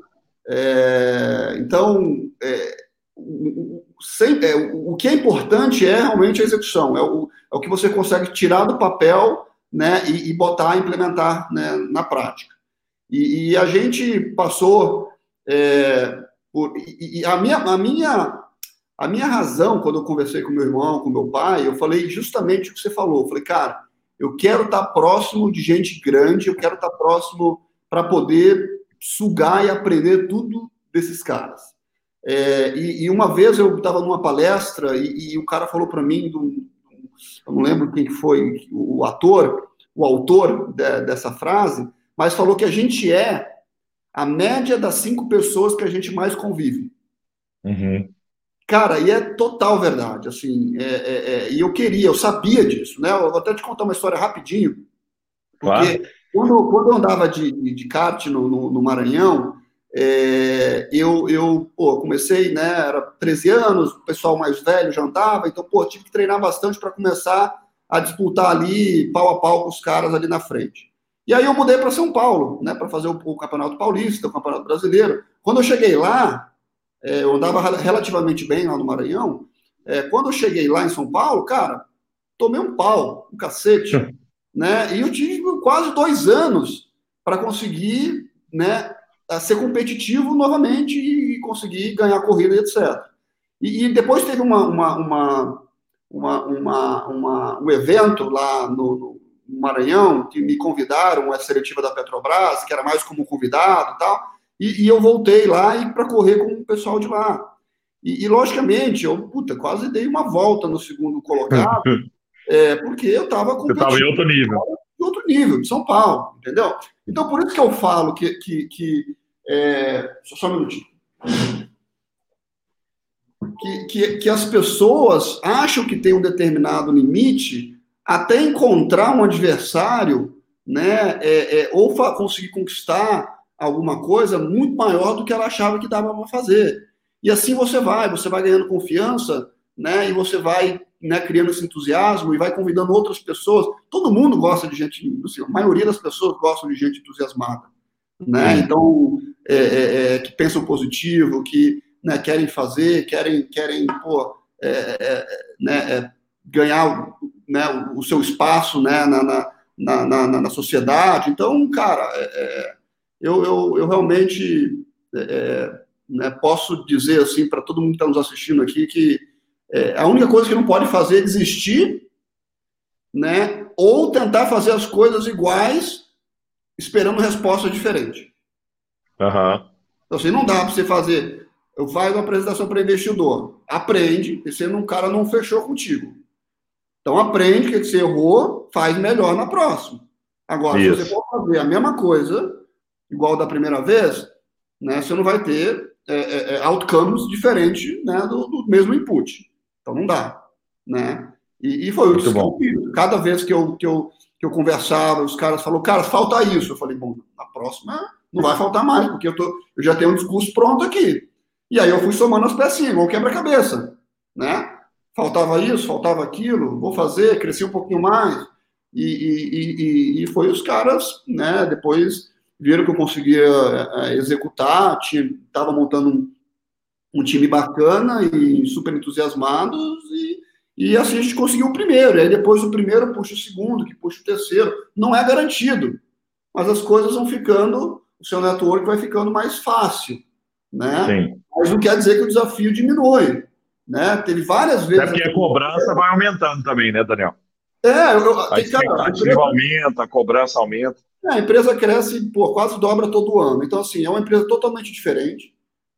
É, então, é, o, sem, é, o que é importante é realmente a execução, é o, é o que você consegue tirar do papel, né, e, e botar, implementar, né, na prática. E, e a gente passou... É, por, e, e a, minha, a, minha, a minha razão, quando eu conversei com meu irmão, com meu pai, eu falei justamente o que você falou. Eu falei, cara, eu quero estar próximo de gente grande, eu quero estar próximo para poder sugar e aprender tudo desses caras. É, e, e uma vez eu estava numa palestra e, e o cara falou para mim, do, eu não lembro quem foi o ator, o autor de, dessa frase, mas falou que a gente é a média das cinco pessoas que a gente mais convive. Uhum. Cara, e é total verdade, assim, é, é, é, e eu queria, eu sabia disso, né? Eu vou até te contar uma história rapidinho, porque claro. quando, quando eu andava de, de kart no, no, no Maranhão, é, eu, eu pô, comecei, né, era treze anos, o pessoal mais velho já andava, então, pô, tive que treinar bastante para começar a disputar ali, pau a pau com os caras ali na frente. E aí eu mudei para São Paulo, né, para fazer o, o Campeonato Paulista, o Campeonato Brasileiro. Quando eu cheguei lá, é, eu andava relativamente bem lá no Maranhão. É, quando eu cheguei lá em São Paulo, cara, tomei um pau, um cacete, né? E eu tive quase dois anos para conseguir, né, ser competitivo novamente e conseguir ganhar corrida, etcétera. E, e depois teve uma, uma, uma, uma, uma, uma um evento lá no, no Maranhão, que me convidaram, a seletiva da Petrobras, que era mais como convidado e tal, e, e eu voltei lá e para correr com o pessoal de lá. E, e logicamente, eu puta, quase dei uma volta no segundo colocado, é, porque eu estava competindo. Você estava em outro nível. Em outro nível, de São Paulo, entendeu? Então, por isso que eu falo que... que, que é... Só um minutinho. Que, que, que as pessoas acham que tem um determinado limite até encontrar um adversário, né, é, é, ou conseguir conquistar alguma coisa muito maior do que ela achava que dava para fazer. E assim você vai, você vai ganhando confiança, né, e você vai, né, criando esse entusiasmo e vai convidando outras pessoas. Todo mundo gosta de gente, assim, a maioria das pessoas gostam de gente entusiasmada, né? Então, é, é, é, que pensam positivo, que, né, querem fazer, querem, querem pô, é, é, né, é, ganhar, né, o, o seu espaço, né, na, na, na, na, na sociedade. Então, cara, é, eu, eu, eu realmente é, né, posso dizer assim para todo mundo que está nos assistindo aqui que é, a única coisa que não pode fazer é desistir, né, ou tentar fazer as coisas iguais esperando resposta diferente. Uhum. Então, assim, não dá para você fazer... Eu faço uma apresentação para investidor. Aprende, e um cara não fechou contigo. Então, aprende que você errou, faz melhor na próxima. Agora, Isso. se você for fazer a mesma coisa, igual da primeira vez, né, você não vai ter é, é, outcomes diferentes, né, do, do mesmo input. Então, não dá. Né? E, e foi o que eu fiz. Cada vez que eu, que, eu, que eu conversava, os caras falaram, cara, falta isso. Eu falei, bom, na próxima não vai faltar mais, porque eu, tô, eu já tenho um discurso pronto aqui. E aí eu fui somando as pecinhas, igual quebra-cabeça, né? Faltava isso, faltava aquilo, vou fazer, cresci um pouquinho mais. E, e, e, e foi os caras, né? Depois viram que eu conseguia é, executar, estava montando um, um time bacana e super entusiasmados, e, e assim a gente conseguiu o primeiro. E aí depois o primeiro puxa o segundo, que puxa o terceiro. Não é garantido, mas as coisas vão ficando, o seu network vai ficando mais fácil, né? Sim. Mas não quer dizer que o desafio diminui, né? Teve várias vezes... É porque a cobrança vai aumentando também, né, Daniel? É, eu, a expectativa a empresa, aumenta, a cobrança aumenta. É, a empresa cresce, pô, quase dobra todo ano. Então, assim, é uma empresa totalmente diferente.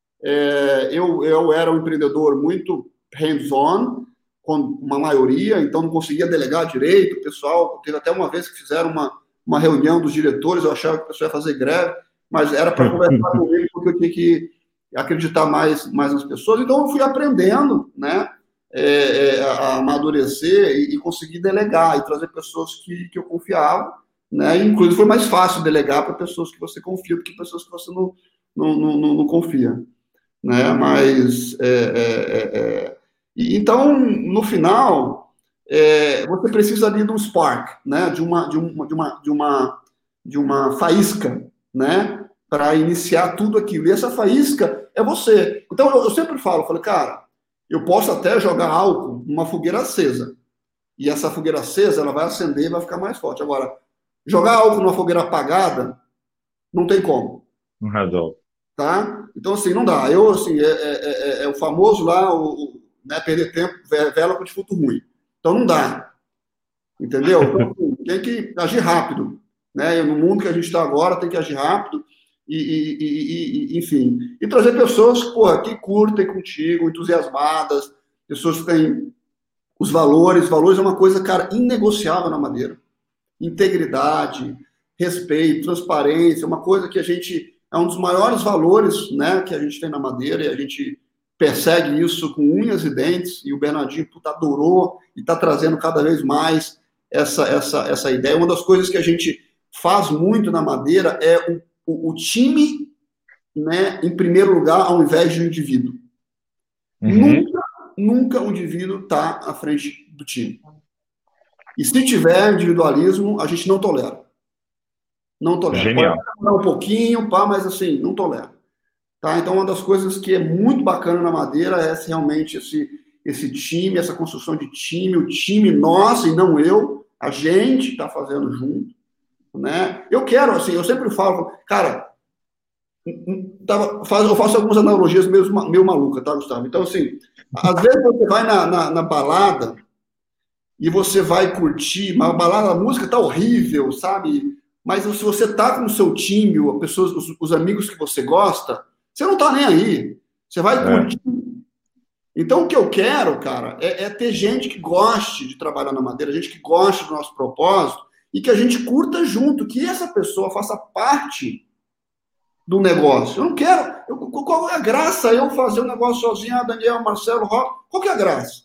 É, eu, eu era um empreendedor muito hands-on, com uma maioria, então não conseguia delegar direito. O pessoal, teve até uma vez que fizeram uma, uma reunião dos diretores, eu achava que o pessoal ia fazer greve, mas era para conversar comigo, porque eu tinha que acreditar mais, mais nas pessoas. Então, eu fui aprendendo, né, é, a amadurecer e, e conseguir delegar e trazer pessoas que, que eu confiava, né, e, inclusive foi mais fácil delegar para pessoas que você confia do que pessoas que você não, não, não, não confia, né, mas é, é, é, e, então, no final, é, você precisa ali de um spark, né, de uma, de uma, de uma, de uma, de uma faísca, né, para iniciar tudo aquilo. E essa faísca é você. Então, eu, eu sempre falo, eu falo, cara, eu posso até jogar álcool numa fogueira acesa. E essa fogueira acesa, ela vai acender e vai ficar mais forte. Agora, jogar álcool numa fogueira apagada, não tem como. Com razão. Tá? Então, assim, não dá. Eu, assim, é, é, é, é o famoso lá, o, o, né, perder tempo, vela com defunto ruim. Então, não dá. Entendeu? Então, assim, tem que agir rápido. Né? No mundo que a gente está agora, tem que agir rápido. E, e, e, e, enfim, e trazer pessoas porra, que curtem contigo, entusiasmadas, pessoas que têm os valores. Valores é uma coisa, cara, inegociável na Madeira. Integridade, respeito, transparência, uma coisa que a gente, é um dos maiores valores, né, que a gente tem na Madeira, e a gente persegue isso com unhas e dentes, e o Bernardinho puta, adorou e está trazendo cada vez mais essa, essa, essa ideia. Uma das coisas que a gente faz muito na Madeira é o O, o time, né, em primeiro lugar, ao invés do indivíduo. Uhum. Nunca, nunca o indivíduo está à frente do time. E se tiver individualismo, a gente não tolera. Não tolero. Genial. Pode demorar um pouquinho, pá, mas assim, não tolero. Tá? Então, uma das coisas que é muito bacana na Madeira é esse, realmente esse, esse time, essa construção de time, o time nosso e não eu, a gente está fazendo junto. Né? Eu quero, assim, eu sempre falo, cara, eu faço algumas analogias meio, meio maluca, tá, Gustavo? Então, assim, às vezes você vai na, na, na balada e você vai curtir, mas a balada, a música tá horrível, sabe? Mas se você tá com o seu time, a pessoa, os, os amigos que você gosta, você não tá nem aí. Você vai curtir. É. Então, o que eu quero, cara, é, é ter gente que goste de trabalhar na Madeira, gente que goste do nosso propósito e que a gente curta junto, que essa pessoa faça parte do negócio. Eu não quero... Eu, qual é a graça eu fazer um negócio sozinho, ah, Daniel, Marcelo, Rob? Qual que é a graça?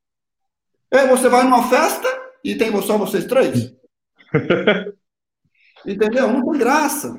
É, você vai numa festa e tem só vocês três? Entendeu? Não tem graça.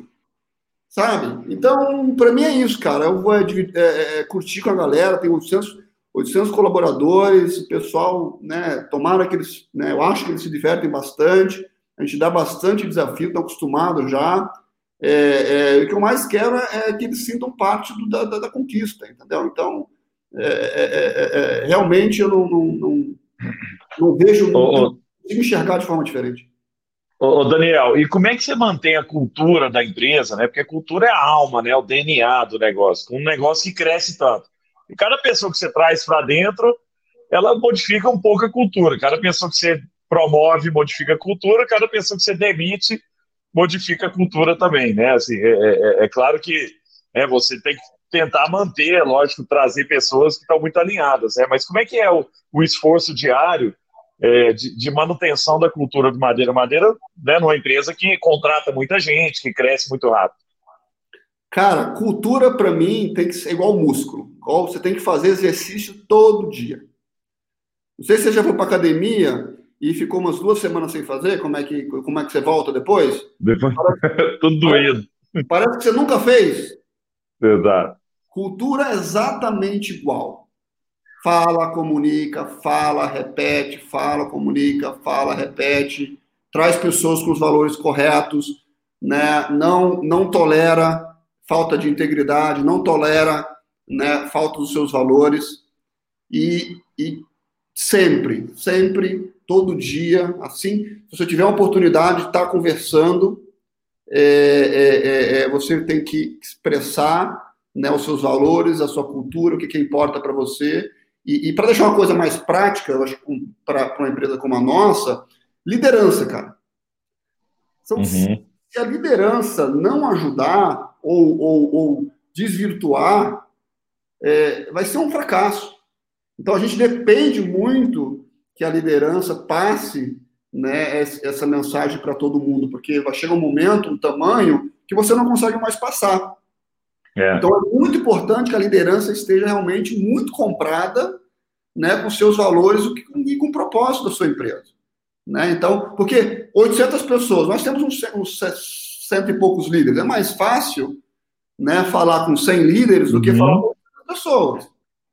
Sabe? Então, para mim é isso, cara. Eu vou é, é, é, curtir com a galera, tem oitocentos, oitocentos colaboradores, o pessoal, né, tomara que eles, né, eu acho que eles se divertem bastante, a gente dá bastante desafio, estão acostumados já. É, é, o que eu mais quero é, é que eles sintam parte do, da, da, da conquista, entendeu? Então, é, é, é, realmente eu não, não, não, não vejo, não, não consigo enxergar de forma diferente. Ô, Daniel, e como é que você mantém a cultura da empresa, né? Porque a cultura é a alma, né? O D N A do negócio, um negócio que cresce tanto. E cada pessoa que você traz para dentro, ela modifica um pouco a cultura. Cada pessoa que você promove, modifica a cultura. Cada pessoa que você demite, modifica a cultura também, né? Assim, é, é, é claro que é, você tem que tentar manter, lógico, trazer pessoas que estão muito alinhadas, né? Mas como é que é o, o esforço diário É, de, de manutenção da cultura de Madeira? Madeira, né, numa empresa que contrata muita gente, que cresce muito rápido. Cara, cultura para mim tem que ser igual músculo. Igual você tem que fazer exercício todo dia. Não sei se você já foi para academia e ficou umas duas semanas sem fazer, como é que, como é que você volta depois? Depois, parece, tudo doído. Parece, parece que você nunca fez. Exato. Cultura é exatamente igual. Fala, comunica, fala, repete, fala, comunica, fala, repete, traz pessoas com os valores corretos, né? não, não tolera falta de integridade, não tolera, né, falta dos seus valores e, e sempre, sempre, todo dia, assim, se você tiver a oportunidade de estar conversando, é, é, é, você tem que expressar, né, os seus valores, a sua cultura, o que, que importa para você. E, e para deixar uma coisa mais prática, eu acho que para uma empresa como a nossa, liderança, cara. Então, uhum. se, se a liderança não ajudar ou, ou, ou desvirtuar, é, vai ser um fracasso. Então, a gente depende muito que a liderança passe, né, essa mensagem para todo mundo, porque vai chegar um momento, um tamanho, que você não consegue mais passar. É. Então, é muito importante que a liderança esteja realmente muito comprada, né, com seus valores e com o propósito da sua empresa. Né? Então, porque oitocentas pessoas, nós temos uns, uns cento e poucos líderes. É mais fácil, né, falar com cem líderes do que uhum. falar com oitocentas pessoas.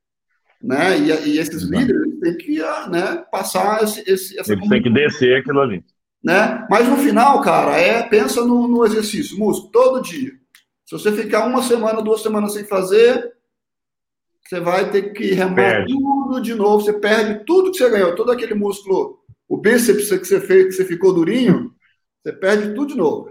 Né? E, e esses uhum. líderes têm que, né, passar esse, esse, essa Eles têm que descer aquilo ali. Né? Mas no final, cara, é, pensa no, no exercício, músculo, todo dia. Se você ficar uma semana, duas semanas sem fazer, você vai ter que remar perde. tudo de novo. Você perde tudo que você ganhou, todo aquele músculo, o bíceps que você fez, que você ficou durinho, você perde tudo de novo.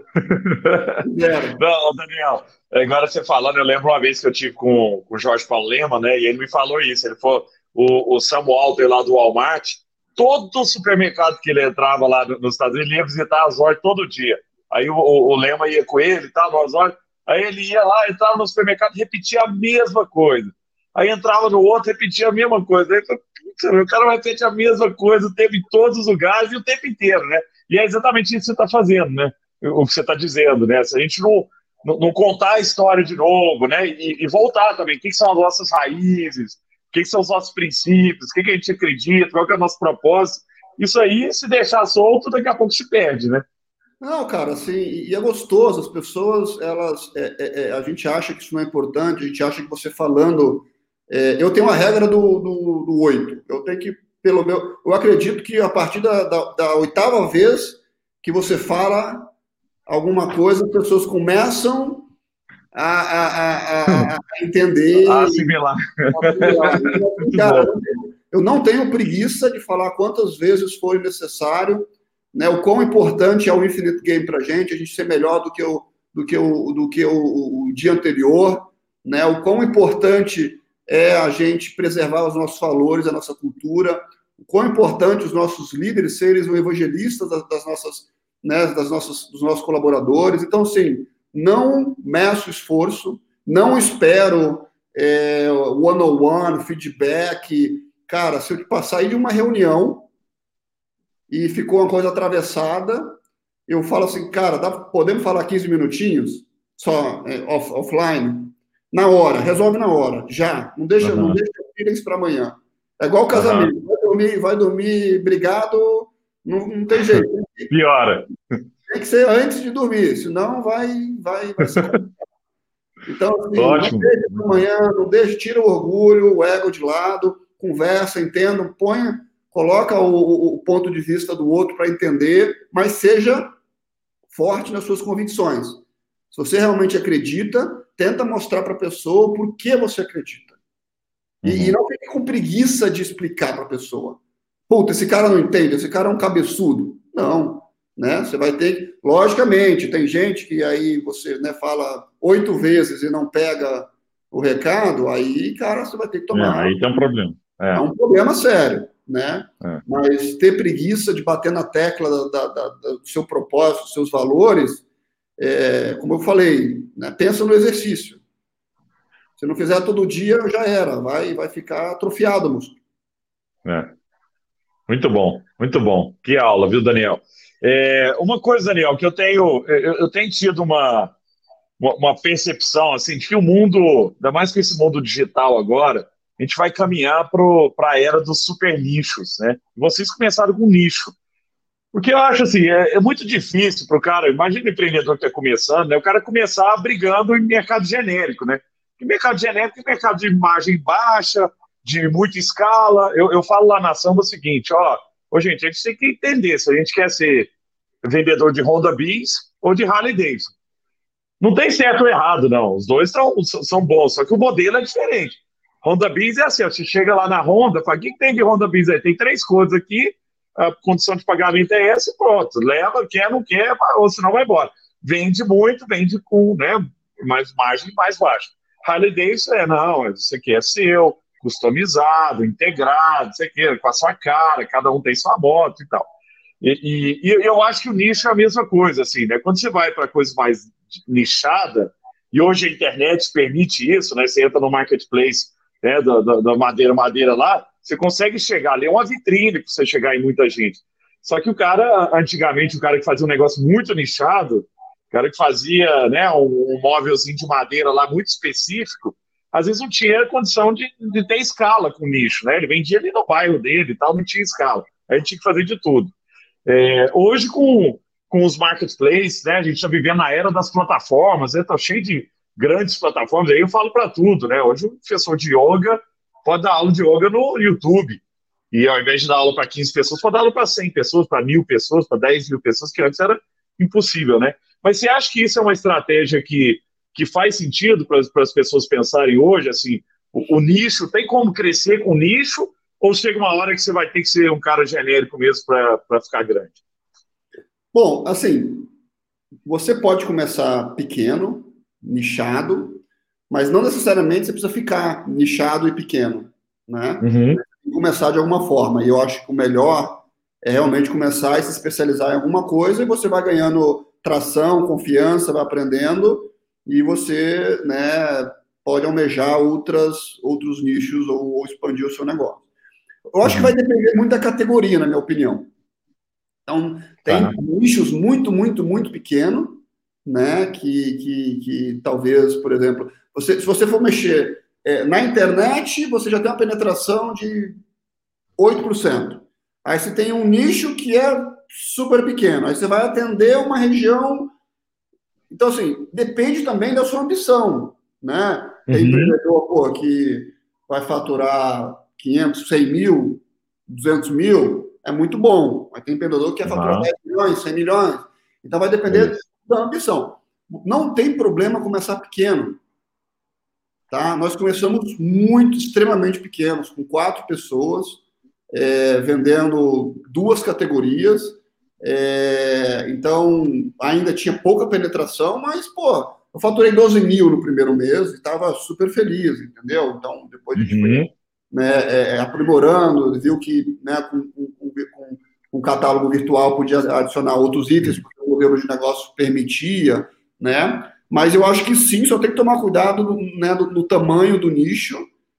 Não, Daniel, agora você falando, eu lembro uma vez que eu tive com, com o Jorge Paulo Lema, né? E ele me falou isso. Ele falou, o, o Sam Walter lá do Walmart, todo supermercado que ele entrava lá nos Estados Unidos, ele ia visitar as lojas todo dia. Aí o, o, o Lema ia com ele e tal, nas lojas. Aí ele ia lá, entrava no supermercado, repetia a mesma coisa. Aí entrava no outro, repetia a mesma coisa. Aí, o cara vai repetir a mesma coisa o tempo em todos os lugares e o tempo inteiro, né? E é exatamente isso que você está fazendo, né? O que você está dizendo, né? Se a gente não, não, não contar a história de novo, né? E, e voltar também. O que, que são as nossas raízes? O que, que são os nossos princípios? O que, que a gente acredita? Qual que é o nosso propósito? Isso aí, se deixar solto, daqui a pouco se perde, né? Não, cara, assim, e é gostoso, as pessoas, elas, é, é, é, a gente acha que isso não é importante, a gente acha que você falando, é, eu tenho uma regra do, do, do oito, eu tenho que, pelo meu, eu acredito que a partir da, da, da oitava vez que você fala, alguma coisa, as pessoas começam a, a, a, a entender. A assimilar. Assim, cara, eu não tenho preguiça de falar quantas vezes foi necessário, né, o quão importante é o Infinite Game para a gente, a gente ser melhor do que o, do que o, do que o, o dia anterior, né, o quão importante é a gente preservar os nossos valores, a nossa cultura, o quão importante os nossos líderes serem os evangelistas das, das nossas, né, das nossas, dos nossos colaboradores. Então, assim, não meço esforço, não espero é, one-on-one, feedback. Cara, se eu te passar aí de uma reunião e ficou uma coisa atravessada, eu falo assim, cara, dá, podemos falar quinze minutinhos só é, off, offline? Na hora, resolve na hora, já. Não deixa, uhum. não deixa feelings para amanhã. É igual o casamento, uhum. vai dormir, vai dormir, obrigado, não, não tem jeito. Piora. Tem que ser antes de dormir, senão vai, vai, vai ser complicado. Então, assim, Ótimo. Não deixe para amanhã, não deixe, tira o orgulho, o ego de lado, conversa, entenda, ponha, coloca o, o ponto de vista do outro para entender, mas seja forte nas suas convicções. Se você realmente acredita, tenta mostrar para a pessoa por que você acredita. E, uhum. e não fique com preguiça de explicar para a pessoa. Puta, esse cara não entende, esse cara é um cabeçudo. Não, né? Você vai ter... Logicamente, tem gente que aí você né, fala oito vezes e não pega o recado, aí, cara, você vai ter que tomar... É, aí tem um problema. É, é um problema sério, né? É. Mas ter preguiça de bater na tecla da, da, da, do seu propósito, dos seus valores... É, como eu falei, né, pensa no exercício. Se não fizer todo dia, já era. Vai, vai ficar atrofiado o músculo. É. Muito bom, muito bom. Que aula, viu, Daniel? É, uma coisa, Daniel, que eu tenho, eu, eu tenho tido uma, uma, uma percepção, assim, de que o mundo, ainda mais com esse mundo digital agora, a gente vai caminhar para a era dos super nichos, né? Vocês começaram com nicho. Porque eu acho assim, é, é muito difícil para o cara, imagina o empreendedor que está começando, né, o cara começar brigando em mercado genérico, né? E mercado genérico é mercado de margem baixa, de muita escala. Eu, eu falo lá na Samba o seguinte, ó, ó, gente, a gente tem que entender se a gente quer ser vendedor de Honda Bis ou de Harley Davidson. Não tem certo ou errado, não. Os dois são, são bons, só que o modelo é diferente. Honda Bis é assim, ó, você chega lá na Honda, fala, o que, que tem de Honda Bis aí? Tem três cores aqui, a condição de pagamento é essa e pronto. Leva, quer, não quer, ou senão vai embora. Vende muito, vende com né, mais margem mais baixa. Harley Davidson é, não, isso aqui é seu, customizado, integrado, isso aqui, com a sua cara, cada um tem sua moto e tal. E, e, e eu acho que o nicho é a mesma coisa, assim, né? Quando você vai para coisa mais nichada, e hoje a internet permite isso, né? Você entra no marketplace né, da, da, da madeira, madeira lá, você consegue chegar ali, é uma vitrine para você chegar em muita gente. Só que o cara, antigamente, o cara que fazia um negócio muito nichado, o cara que fazia né, um, um móvelzinho de madeira lá muito específico, às vezes não tinha condição de, de ter escala com o nicho, né? Ele vendia ali no bairro dele e tal, não tinha escala. Aí a gente tinha que fazer de tudo. É, hoje, com, com os marketplaces, né, a gente está vivendo na era das plataformas, está né, cheio de grandes plataformas, aí eu falo para tudo, né? Hoje o professor de yoga pode dar aula de yoga no YouTube, e ao invés de dar aula para quinze pessoas, pode dar aula para cem pessoas, para mil pessoas, para dez mil pessoas, que antes era impossível, né? Mas você acha que isso é uma estratégia que, que faz sentido para as pessoas pensarem hoje, assim, o, o nicho, tem como crescer com o nicho, ou chega uma hora que você vai ter que ser um cara genérico mesmo para ficar grande? Bom, assim, você pode começar pequeno, nichado, mas não necessariamente você precisa ficar nichado e pequeno, né? Uhum. Começar de alguma forma. E eu acho que o melhor é realmente começar e se especializar em alguma coisa e você vai ganhando tração, confiança, vai aprendendo e você, né, pode almejar outras, outros nichos ou, ou expandir o seu negócio. Eu acho que vai depender muito da categoria, na minha opinião. Então, tem tá. nichos muito, muito, muito pequenos, né, que, que, que talvez, por exemplo, você, se você for mexer é, na internet, você já tem uma penetração de oito por cento. Aí você tem um nicho que é super pequeno. Aí você vai atender uma região... Então, assim, depende também da sua ambição, né? Tem uhum. empreendedor pô, que vai faturar quinhentos, cem mil, duzentos mil, é muito bom. Mas tem empreendedor que quer faturar uhum. dez milhões, cem milhões. Então, vai depender é Então, ambição. Não tem problema começar pequeno. Tá? Nós começamos muito, extremamente pequenos, com quatro pessoas, é, vendendo duas categorias. É, então, ainda tinha pouca penetração, mas, pô, eu faturei doze mil no primeiro mês e estava super feliz, entendeu? Então, depois a gente Uhum. foi, né, é, aprimorando, viu que, né, com, com, com, com o catálogo virtual podia adicionar outros itens, porque o modelo de negócio permitia, né? Mas eu acho que sim, só tem que tomar cuidado no, né, no, no tamanho do nicho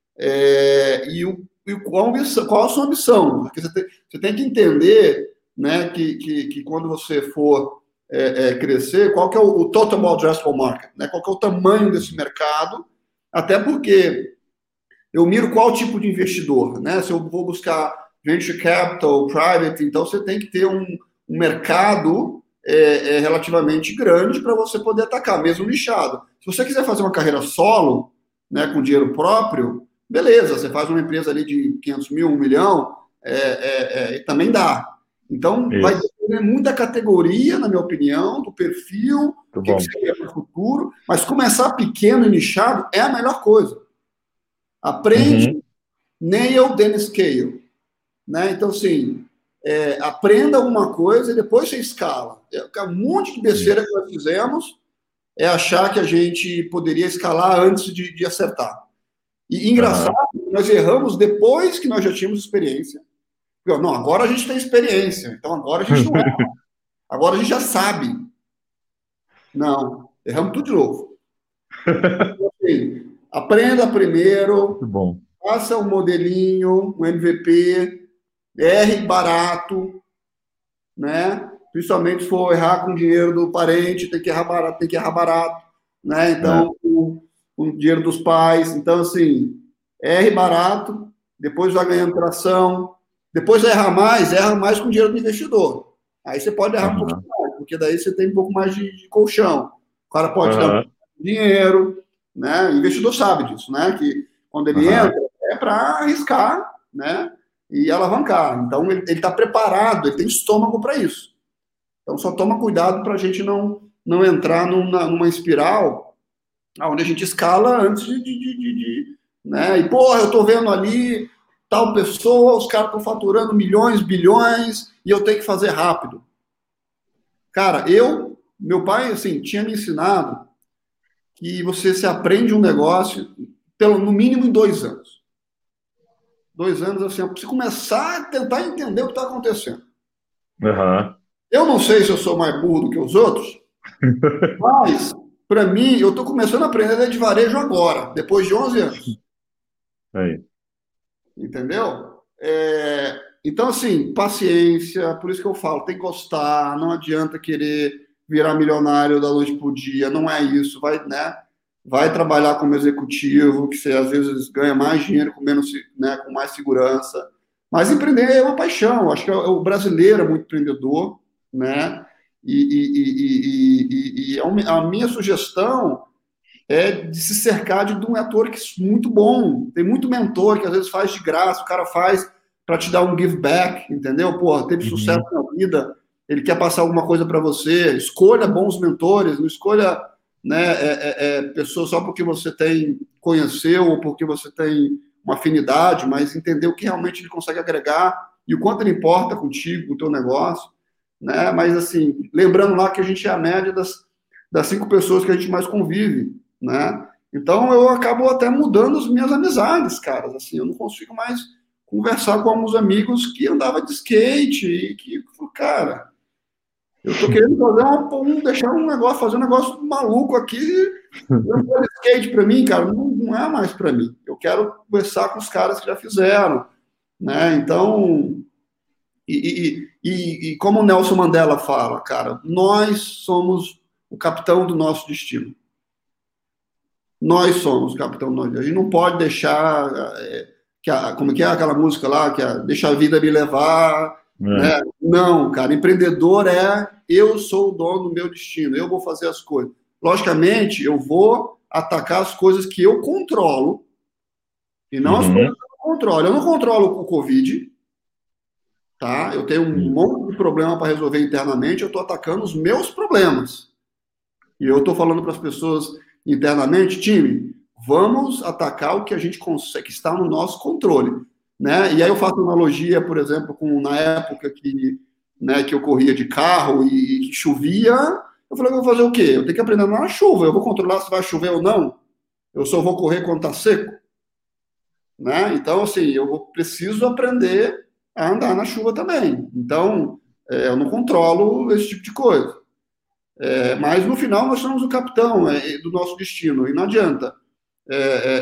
é, e, o, e qual, ambição, qual a sua ambição. Porque você tem, você tem que entender, né, que, que, que quando você for é, é, crescer, qual que é o, o total addressable market, né? Qual que é o tamanho desse mercado, até porque eu miro qual tipo de investidor, né? Se eu vou buscar venture capital, private, então você tem que ter um, um mercado é, é, relativamente grande para você poder atacar, mesmo nichado. Se você quiser fazer uma carreira solo, né, com dinheiro próprio, beleza, você faz uma empresa ali de quinhentos mil, um milhão, é, é, é, também dá. Então, Isso. vai depender muito da categoria, na minha opinião, do perfil, o que, que você quer para o futuro, mas começar pequeno e nichado é a melhor coisa. Aprende, uhum. nail, then scale. Né? Então, assim, é, aprenda alguma coisa e depois você escala. É, um monte de besteira que nós fizemos é achar que a gente poderia escalar antes de, de acertar. E engraçado, uhum. nós erramos depois que nós já tínhamos experiência. Não, agora a gente tem experiência, então agora a gente não erra. Agora a gente já sabe. Não, erramos tudo de novo. Então, assim, aprenda primeiro, Muito bom. Faça um modelinho, um M V P, erre barato, né? Principalmente se for errar com dinheiro do parente, tem que errar barato, tem que errar barato, né? Então, é. com, com o dinheiro dos pais. Então, assim, erre barato, depois vai ganhando tração, depois erra mais, erra mais com o dinheiro do investidor. Aí você pode errar uhum. um pouco mais, porque daí você tem um pouco mais de, de colchão. O cara pode uhum. dar um dinheiro, né? O investidor sabe disso, né? Que quando ele uhum. entra, é para arriscar, né? E alavancar. Então, ele está preparado, ele tem estômago para isso. Então, só toma cuidado para a gente não, não entrar numa, numa espiral onde a gente escala antes de... de, de, de né? E, porra, eu estou vendo ali tal pessoa, os caras estão faturando milhões, bilhões, e eu tenho que fazer rápido. Cara, eu... Meu pai, assim, tinha me ensinado que você se aprende um negócio, pelo, no mínimo, em dois anos. Dois anos, assim, eu preciso começar a tentar entender o que está acontecendo. Uhum. Eu não sei se eu sou mais burro do que os outros, mas, para mim, eu estou começando a aprender de varejo agora, depois de onze anos. Aí. Entendeu? É, então, assim, paciência, por isso que eu falo, tem que gostar, não adianta querer virar milionário da noite para o dia, não é isso, vai, né? Vai trabalhar como executivo, que você às vezes ganha mais dinheiro com menos, né, com mais segurança. Mas empreender é uma paixão. Acho que o brasileiro é muito empreendedor, né? E, e, e, e, e a minha sugestão é de se cercar de um mentor que é muito bom. Tem muito mentor que às vezes faz de graça, o cara faz para te dar um give back, entendeu? Pô, teve uhum. sucesso na vida, ele quer passar alguma coisa para você. Escolha bons mentores, não escolha, né, é, é, é, pessoas só porque você tem, conheceu ou porque você tem uma afinidade, mas entender o que realmente ele consegue agregar e o quanto ele importa contigo, com o teu negócio, né? Mas, assim, lembrando lá que a gente é a média das, das cinco pessoas que a gente mais convive, né? Então, eu acabo até mudando as minhas amizades, caras, assim, eu não consigo mais conversar com alguns amigos que andava de skate e que, cara... Eu tô querendo fazer um, um, deixar um negócio, fazer um negócio maluco aqui. O skate para mim, cara, não, não é mais para mim. Eu quero conversar com os caras que já fizeram, né? Então, e, e, e, e como o Nelson Mandela fala, cara, nós somos o capitão do nosso destino. Nós somos o capitão do nosso destino. A gente não pode deixar, é, que a, como que é aquela música lá, que é, deixa a vida me levar. É. Né? Não, cara, empreendedor é eu sou o dono do meu destino, eu vou fazer as coisas. Logicamente, eu vou atacar as coisas que eu controlo e não uhum. as coisas que eu não controlo. Eu não controlo o Covid, tá? Eu tenho um uhum. monte de problema para resolver internamente, eu estou atacando os meus problemas. E eu estou falando para as pessoas internamente, time, vamos atacar o que a gente consegue, que está no nosso controle, né? E aí eu faço analogia, por exemplo, com na época que, né, que eu corria de carro e que chovia, eu falei, eu vou fazer o quê? Eu tenho que aprender na chuva, eu vou controlar se vai chover ou não, eu só vou correr quando está seco, né? Então, assim, eu vou, preciso aprender a andar na chuva também. Então, é, eu não controlo esse tipo de coisa. É, mas, no final, nós somos o capitão é, do nosso destino, e não adianta. É,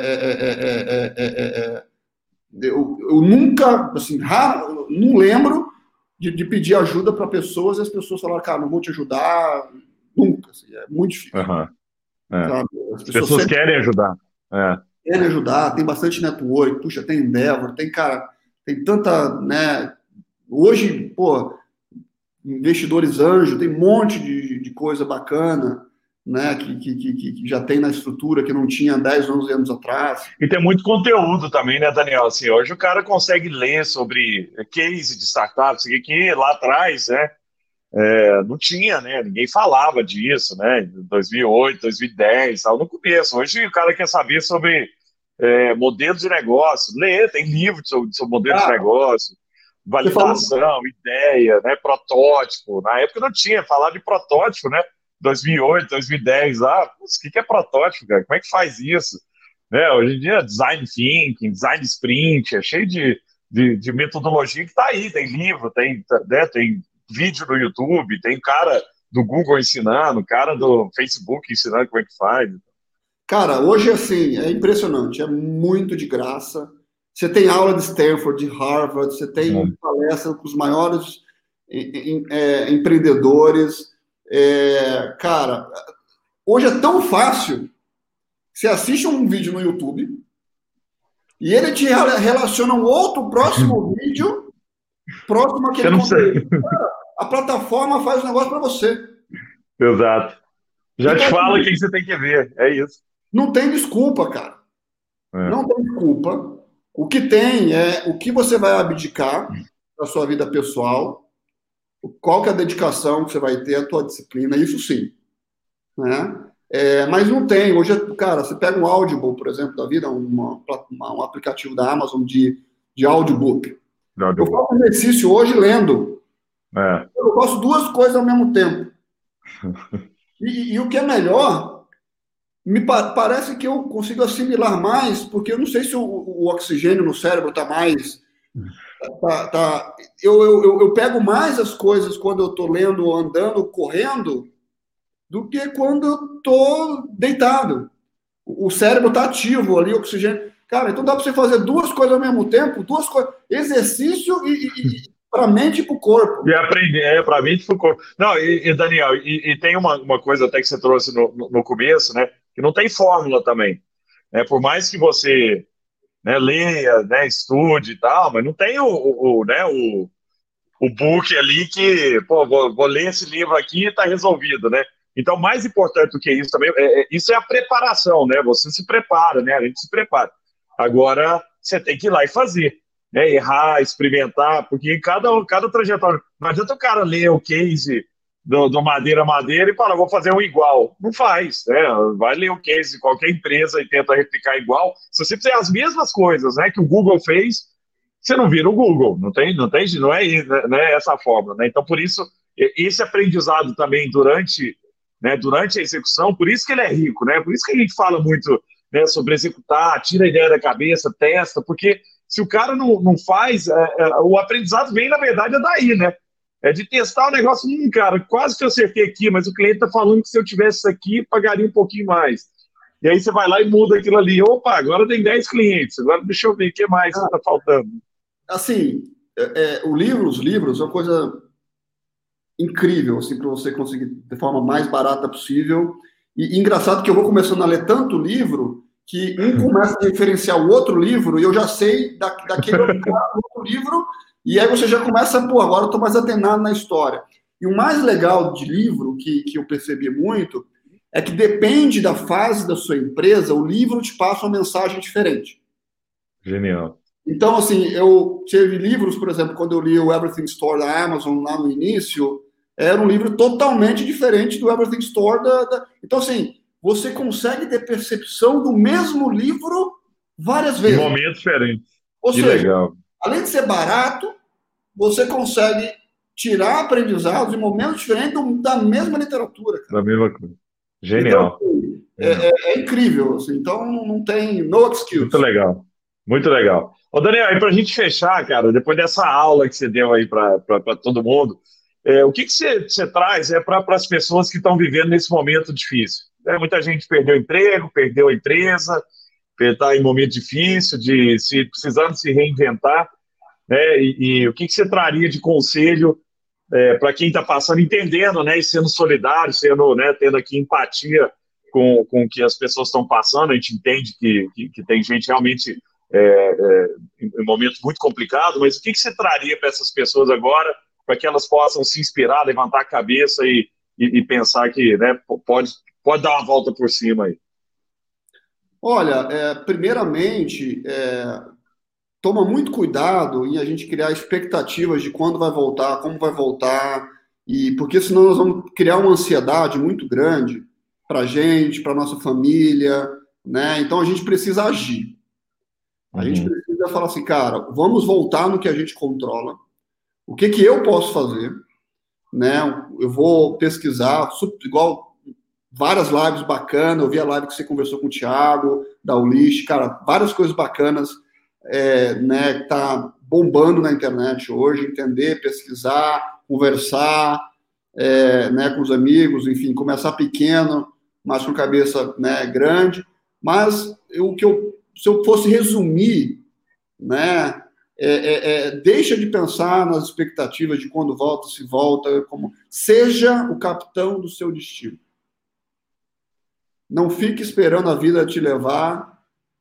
é, é, eu, eu nunca, assim, raro, não lembro de, de pedir ajuda para pessoas e as pessoas falaram, cara, não vou te ajudar, nunca. Assim, é muito difícil. Uhum. É. Sabe? As pessoas, pessoas sempre querem ajudar. É. Querem ajudar, tem bastante network, puxa, tem Endeavor, tem, cara, tem tanta, né, hoje, pô, investidores anjo, tem um monte de, de coisa bacana, né, que, que, que, que já tem na estrutura que não tinha dez, onze anos atrás. E tem muito conteúdo também, né, Daniel? Assim, hoje o cara consegue ler sobre case de startups, que lá atrás, né, é, não tinha, né, ninguém falava disso, né, em dois mil e oito, dois mil e dez, tal, no começo. Hoje o cara quer saber sobre é, modelos de negócio, lê, tem livro sobre, sobre modelos ah, de negócio, validação, ideia, né, protótipo. Na época não tinha, falar de protótipo, né, dois mil e oito, dois mil e dez, ah, o que, que é protótipo, cara? Como é que faz isso? Né, hoje em dia, design thinking, design sprint, é cheio de, de, de metodologia que está aí, tem livro, tem, né, tem vídeo no YouTube, tem cara do Google ensinando, cara do Facebook ensinando como é que faz. Cara, hoje, assim, é impressionante, é muito de graça. Você tem aula de Stanford, de Harvard, você tem hum. palestra com os maiores em, em, é, empreendedores. É, cara, hoje é tão fácil. Você assiste um vídeo no YouTube e ele te relaciona um outro próximo vídeo próximo àquele conteúdo. A plataforma faz o negócio para você. Exato. Já então, te fala o que você tem que ver. É isso. Não tem desculpa, cara. É. Não tem desculpa. O que tem é o que você vai abdicar da sua vida pessoal, qual que é a dedicação que você vai ter à tua disciplina, isso sim. Né? É, mas não tem. Hoje, cara, você pega um Audible, por exemplo, da vida, uma, uma, um aplicativo da Amazon de, de audiobook. Eu faço um exercício hoje lendo. É. Eu faço duas coisas ao mesmo tempo. E, e o que é melhor, me pa parece que eu consigo assimilar mais, porque eu não sei se o, o oxigênio no cérebro está mais... Tá, tá, eu, eu, eu pego mais as coisas quando eu estou lendo, andando, correndo, do que quando eu estou deitado. O cérebro está ativo ali, oxigênio. Cara, então dá para você fazer duas coisas ao mesmo tempo, duas coisas, exercício e... e para a mente e para o corpo. E aprender, é, para a mente e para o corpo. Não, e, e Daniel, e, e tem uma, uma coisa até que você trouxe no, no, no começo, né? Que não tem fórmula também. Né, por mais que você, né, leia, né, estude e tal, mas não tem o, o, o, né, o, o book ali que, pô, vou, vou ler esse livro aqui e está resolvido, né? Então, mais importante do que isso também, é, é, isso é a preparação, né? Você se prepara, né? A gente se prepara. Agora, você tem que ir lá e fazer. Né, errar, experimentar, porque cada, cada trajetória, não adianta o cara ler o case do, do Madeira Madeira e falar, vou fazer um igual. Não faz, né? Vai ler o case de qualquer empresa e tenta replicar igual. Se você fizer as mesmas coisas, né, que o Google fez, você não vira o Google, não tem, não tem, não é, não é essa a forma, né? Então, por isso, esse aprendizado também durante, né, durante a execução, por isso que ele é rico, né? Por isso que a gente fala muito, né, sobre executar, tira a ideia da cabeça, testa, porque se o cara não, não faz, é, é, o aprendizado vem, na verdade, é daí, né? É de testar o negócio. Hum, cara, quase que eu acertei aqui, mas o cliente está falando que se eu tivesse isso aqui, pagaria um pouquinho mais. E aí você vai lá e muda aquilo ali. Opa, agora tem dez clientes, agora deixa eu ver o que mais está ah, faltando. Assim, é, é, o livro, os livros, é uma coisa incrível, assim, para você conseguir de forma mais barata possível. E, e engraçado que eu vou começando a ler tanto livro que um começa a referenciar o outro livro e eu já sei da, daquele outro livro, e aí você já começa, pô, agora eu estou mais atenado na história. E o mais legal de livro, que, que eu percebi muito, é que depende da fase da sua empresa, o livro te passa uma mensagem diferente. Genial. Então, assim, eu tive livros, por exemplo, quando eu li o Everything Store da Amazon lá no início, era um livro totalmente diferente do Everything Store. Da, da... Então, assim, você consegue ter percepção do mesmo livro várias Em vezes. momentos diferentes. Ou Que seja, legal. além de ser barato, você consegue tirar aprendizados em momentos diferentes da mesma literatura. Cara. Da mesma coisa. Então, Genial. assim, é, Genial. é, é incrível. Assim, então, não tem no Muito excuse. legal. Muito legal. Ô, Daniel, e para a gente fechar, cara, depois dessa aula que você deu aí para todo mundo, é, o que, que você, você traz é, para as pessoas que estão vivendo nesse momento difícil? É, muita gente perdeu emprego, perdeu a empresa, está em momento difícil, de se precisando se reinventar, né? E, e o que, que você traria de conselho é, para quem está passando, entendendo, né, e sendo solidário, sendo, né, tendo aqui empatia com, com o que as pessoas estão passando? A gente entende que, que, que tem gente realmente é, é, em momentos muito complicados, mas o que, que você traria para essas pessoas agora, para que elas possam se inspirar, levantar a cabeça e, e, e pensar que, né, pode, pode dar uma volta por cima aí? Olha, é, primeiramente, é, toma muito cuidado em a gente criar expectativas de quando vai voltar, como vai voltar, e porque senão nós vamos criar uma ansiedade muito grande para a gente, para nossa família, né? Então a gente precisa agir. A gente Uhum. precisa falar assim, cara, vamos voltar no que a gente controla. O que que eu posso fazer, né? Eu vou pesquisar, igual várias lives bacanas. Eu vi a live que você conversou com o Thiago, da Ulish, cara, várias coisas bacanas, é, né? Tá bombando na internet hoje, entender, pesquisar, conversar, é, né, com os amigos, enfim, começar pequeno, mas com cabeça, né, grande. Mas o que eu, se eu fosse resumir, né, é, é, é, deixa de pensar nas expectativas de quando volta, se volta, como seja o capitão do seu destino. Não fique esperando a vida te levar,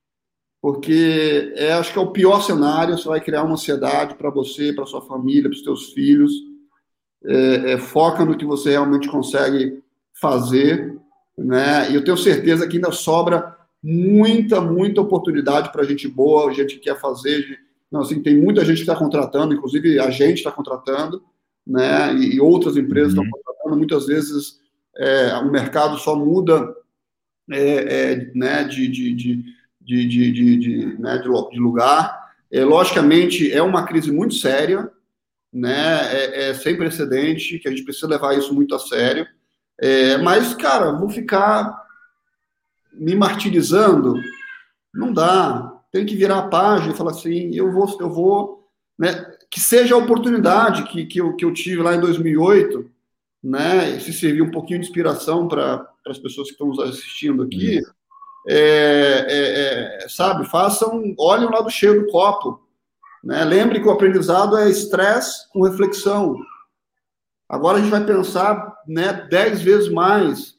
porque é, acho que é o pior cenário. Você vai criar uma ansiedade para você, para sua família, para os seus filhos. É, é, foca no que você realmente consegue fazer, né? E eu tenho certeza que ainda sobra muita, muita oportunidade para gente boa, gente que quer fazer. Não, assim, tem muita gente que está contratando, inclusive a gente está contratando, né? E, e outras empresas estão Uhum. contratando. Muitas vezes é, o mercado só muda, é, é, né, de, de, de, de, de, de, de, né, de lugar. É, logicamente, é uma crise muito séria, né? É, é sem precedente, que a gente precisa levar isso muito a sério. É, mas, cara, vou ficar me martirizando? Não dá. Tem que virar a página e falar assim, eu vou, eu vou, né? Que seja a oportunidade que, que, eu, que eu tive lá em dois mil e oito, né? E se servir um pouquinho de inspiração para as pessoas que estão nos assistindo aqui, é, é, é, sabe? Façam, olhem o lado cheio do copo, né? Lembre que o aprendizado é estresse com reflexão. Agora a gente vai pensar, né, dez vezes mais.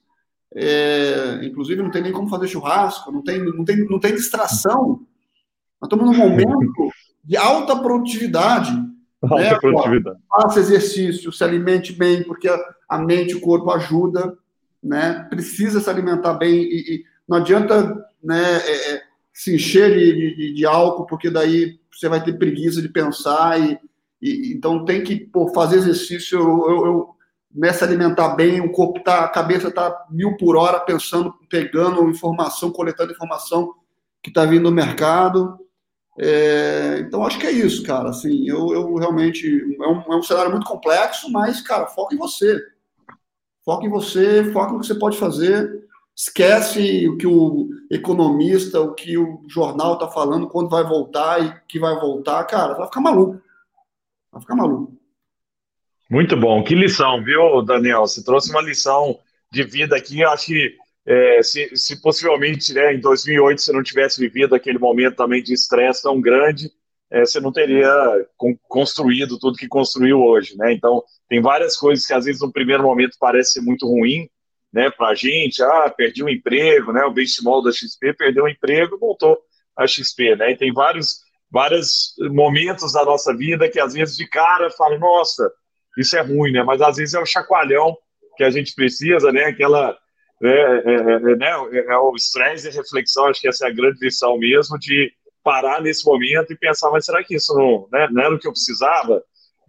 É, inclusive, não tem nem como fazer churrasco, não tem, não tem, não tem distração. Nós estamos num momento de alta produtividade. Né? Alta produtividade. Faça exercício, se alimente bem, porque a, a mente e o corpo ajuda. Né? Precisa se alimentar bem. E, e não adianta, né, é, é, se encher de, de, de álcool, porque daí você vai ter preguiça de pensar. E, e então tem que pô, fazer exercício. Eu, eu, eu né, se alimentar bem, o corpo tá, a cabeça está mil por hora pensando, pegando informação, coletando informação que está vindo do mercado. É, então acho que é isso, cara. Assim, eu, eu realmente é um, é um cenário muito complexo, mas, cara, foca em você. Foca em você, foca no que você pode fazer. Esquece o que o economista, o que o jornal está falando, quando vai voltar e que vai voltar, cara, vai ficar maluco. Vai ficar maluco. Muito bom, que lição, viu, Daniel? Você trouxe uma lição de vida aqui. Eu acho que é, se, se possivelmente, né, em dois mil e oito você não tivesse vivido aquele momento também de estresse tão grande, é, você não teria con- construído tudo que construiu hoje, né? Então, tem várias coisas que às vezes no primeiro momento parece ser muito ruim, né, para a gente. Ah, perdi um emprego, né? O Benchimol da X P perdeu o emprego, voltou à X P, né? E tem vários, vários momentos da nossa vida que às vezes de cara fala, nossa, isso é ruim, né? Mas às vezes é o chacoalhão que a gente precisa, né? Aquela, né? É, é, é, né? É o estresse e a reflexão. Acho que essa é a grande lição mesmo, de parar nesse momento e pensar, mas será que isso não, né, não era o que eu precisava?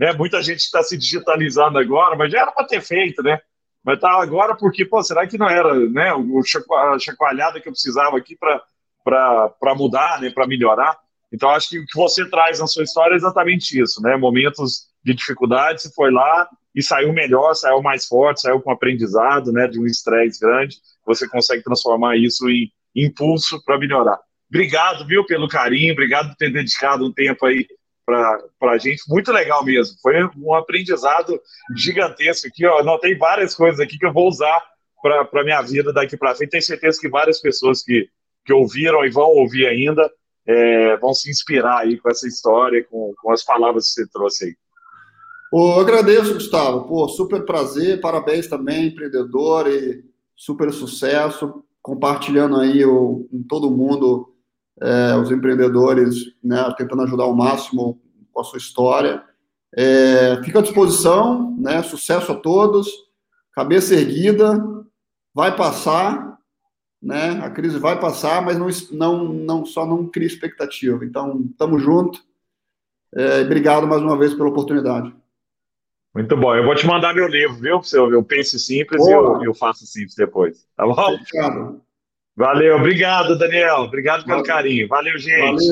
né? Muita gente está se digitalizando agora, mas já era para ter feito, né? Mas tá agora porque, pô, será que não era, né, o chacua- a chacoalhada que eu precisava aqui para mudar, né, para melhorar? Então, acho que o que você traz na sua história é exatamente isso, né? Momentos de dificuldade, você foi lá e saiu melhor, saiu mais forte, saiu com aprendizado, né, de um estresse grande, você consegue transformar isso em impulso para melhorar. Obrigado, viu, pelo carinho, obrigado por ter dedicado um tempo aí para a gente, muito legal mesmo, foi um aprendizado gigantesco aqui, ó. Anotei várias coisas aqui que eu vou usar para a minha vida daqui para frente, tenho certeza que várias pessoas que, que ouviram e vão ouvir ainda, é, vão se inspirar aí com essa história, com, com as palavras que você trouxe aí. Pô, eu agradeço, Gustavo. Pô, super prazer, parabéns também, empreendedor e super sucesso, compartilhando aí o, com todo mundo, é, os empreendedores, né, tentando ajudar ao máximo com a sua história. É, fico à disposição, né, sucesso a todos, cabeça erguida, vai passar, né, a crise vai passar, mas não, não, não só não cria expectativa. Então, estamos juntos. É, obrigado mais uma vez pela oportunidade. Muito bom. Eu vou te mandar meu livro, viu? Pra você ouvir. Eu penso simples e eu, Boa, eu faço simples depois. Tá bom? fechado. Valeu. Obrigado, Daniel. Obrigado pelo Valeu. carinho. Valeu, gente. Valeu.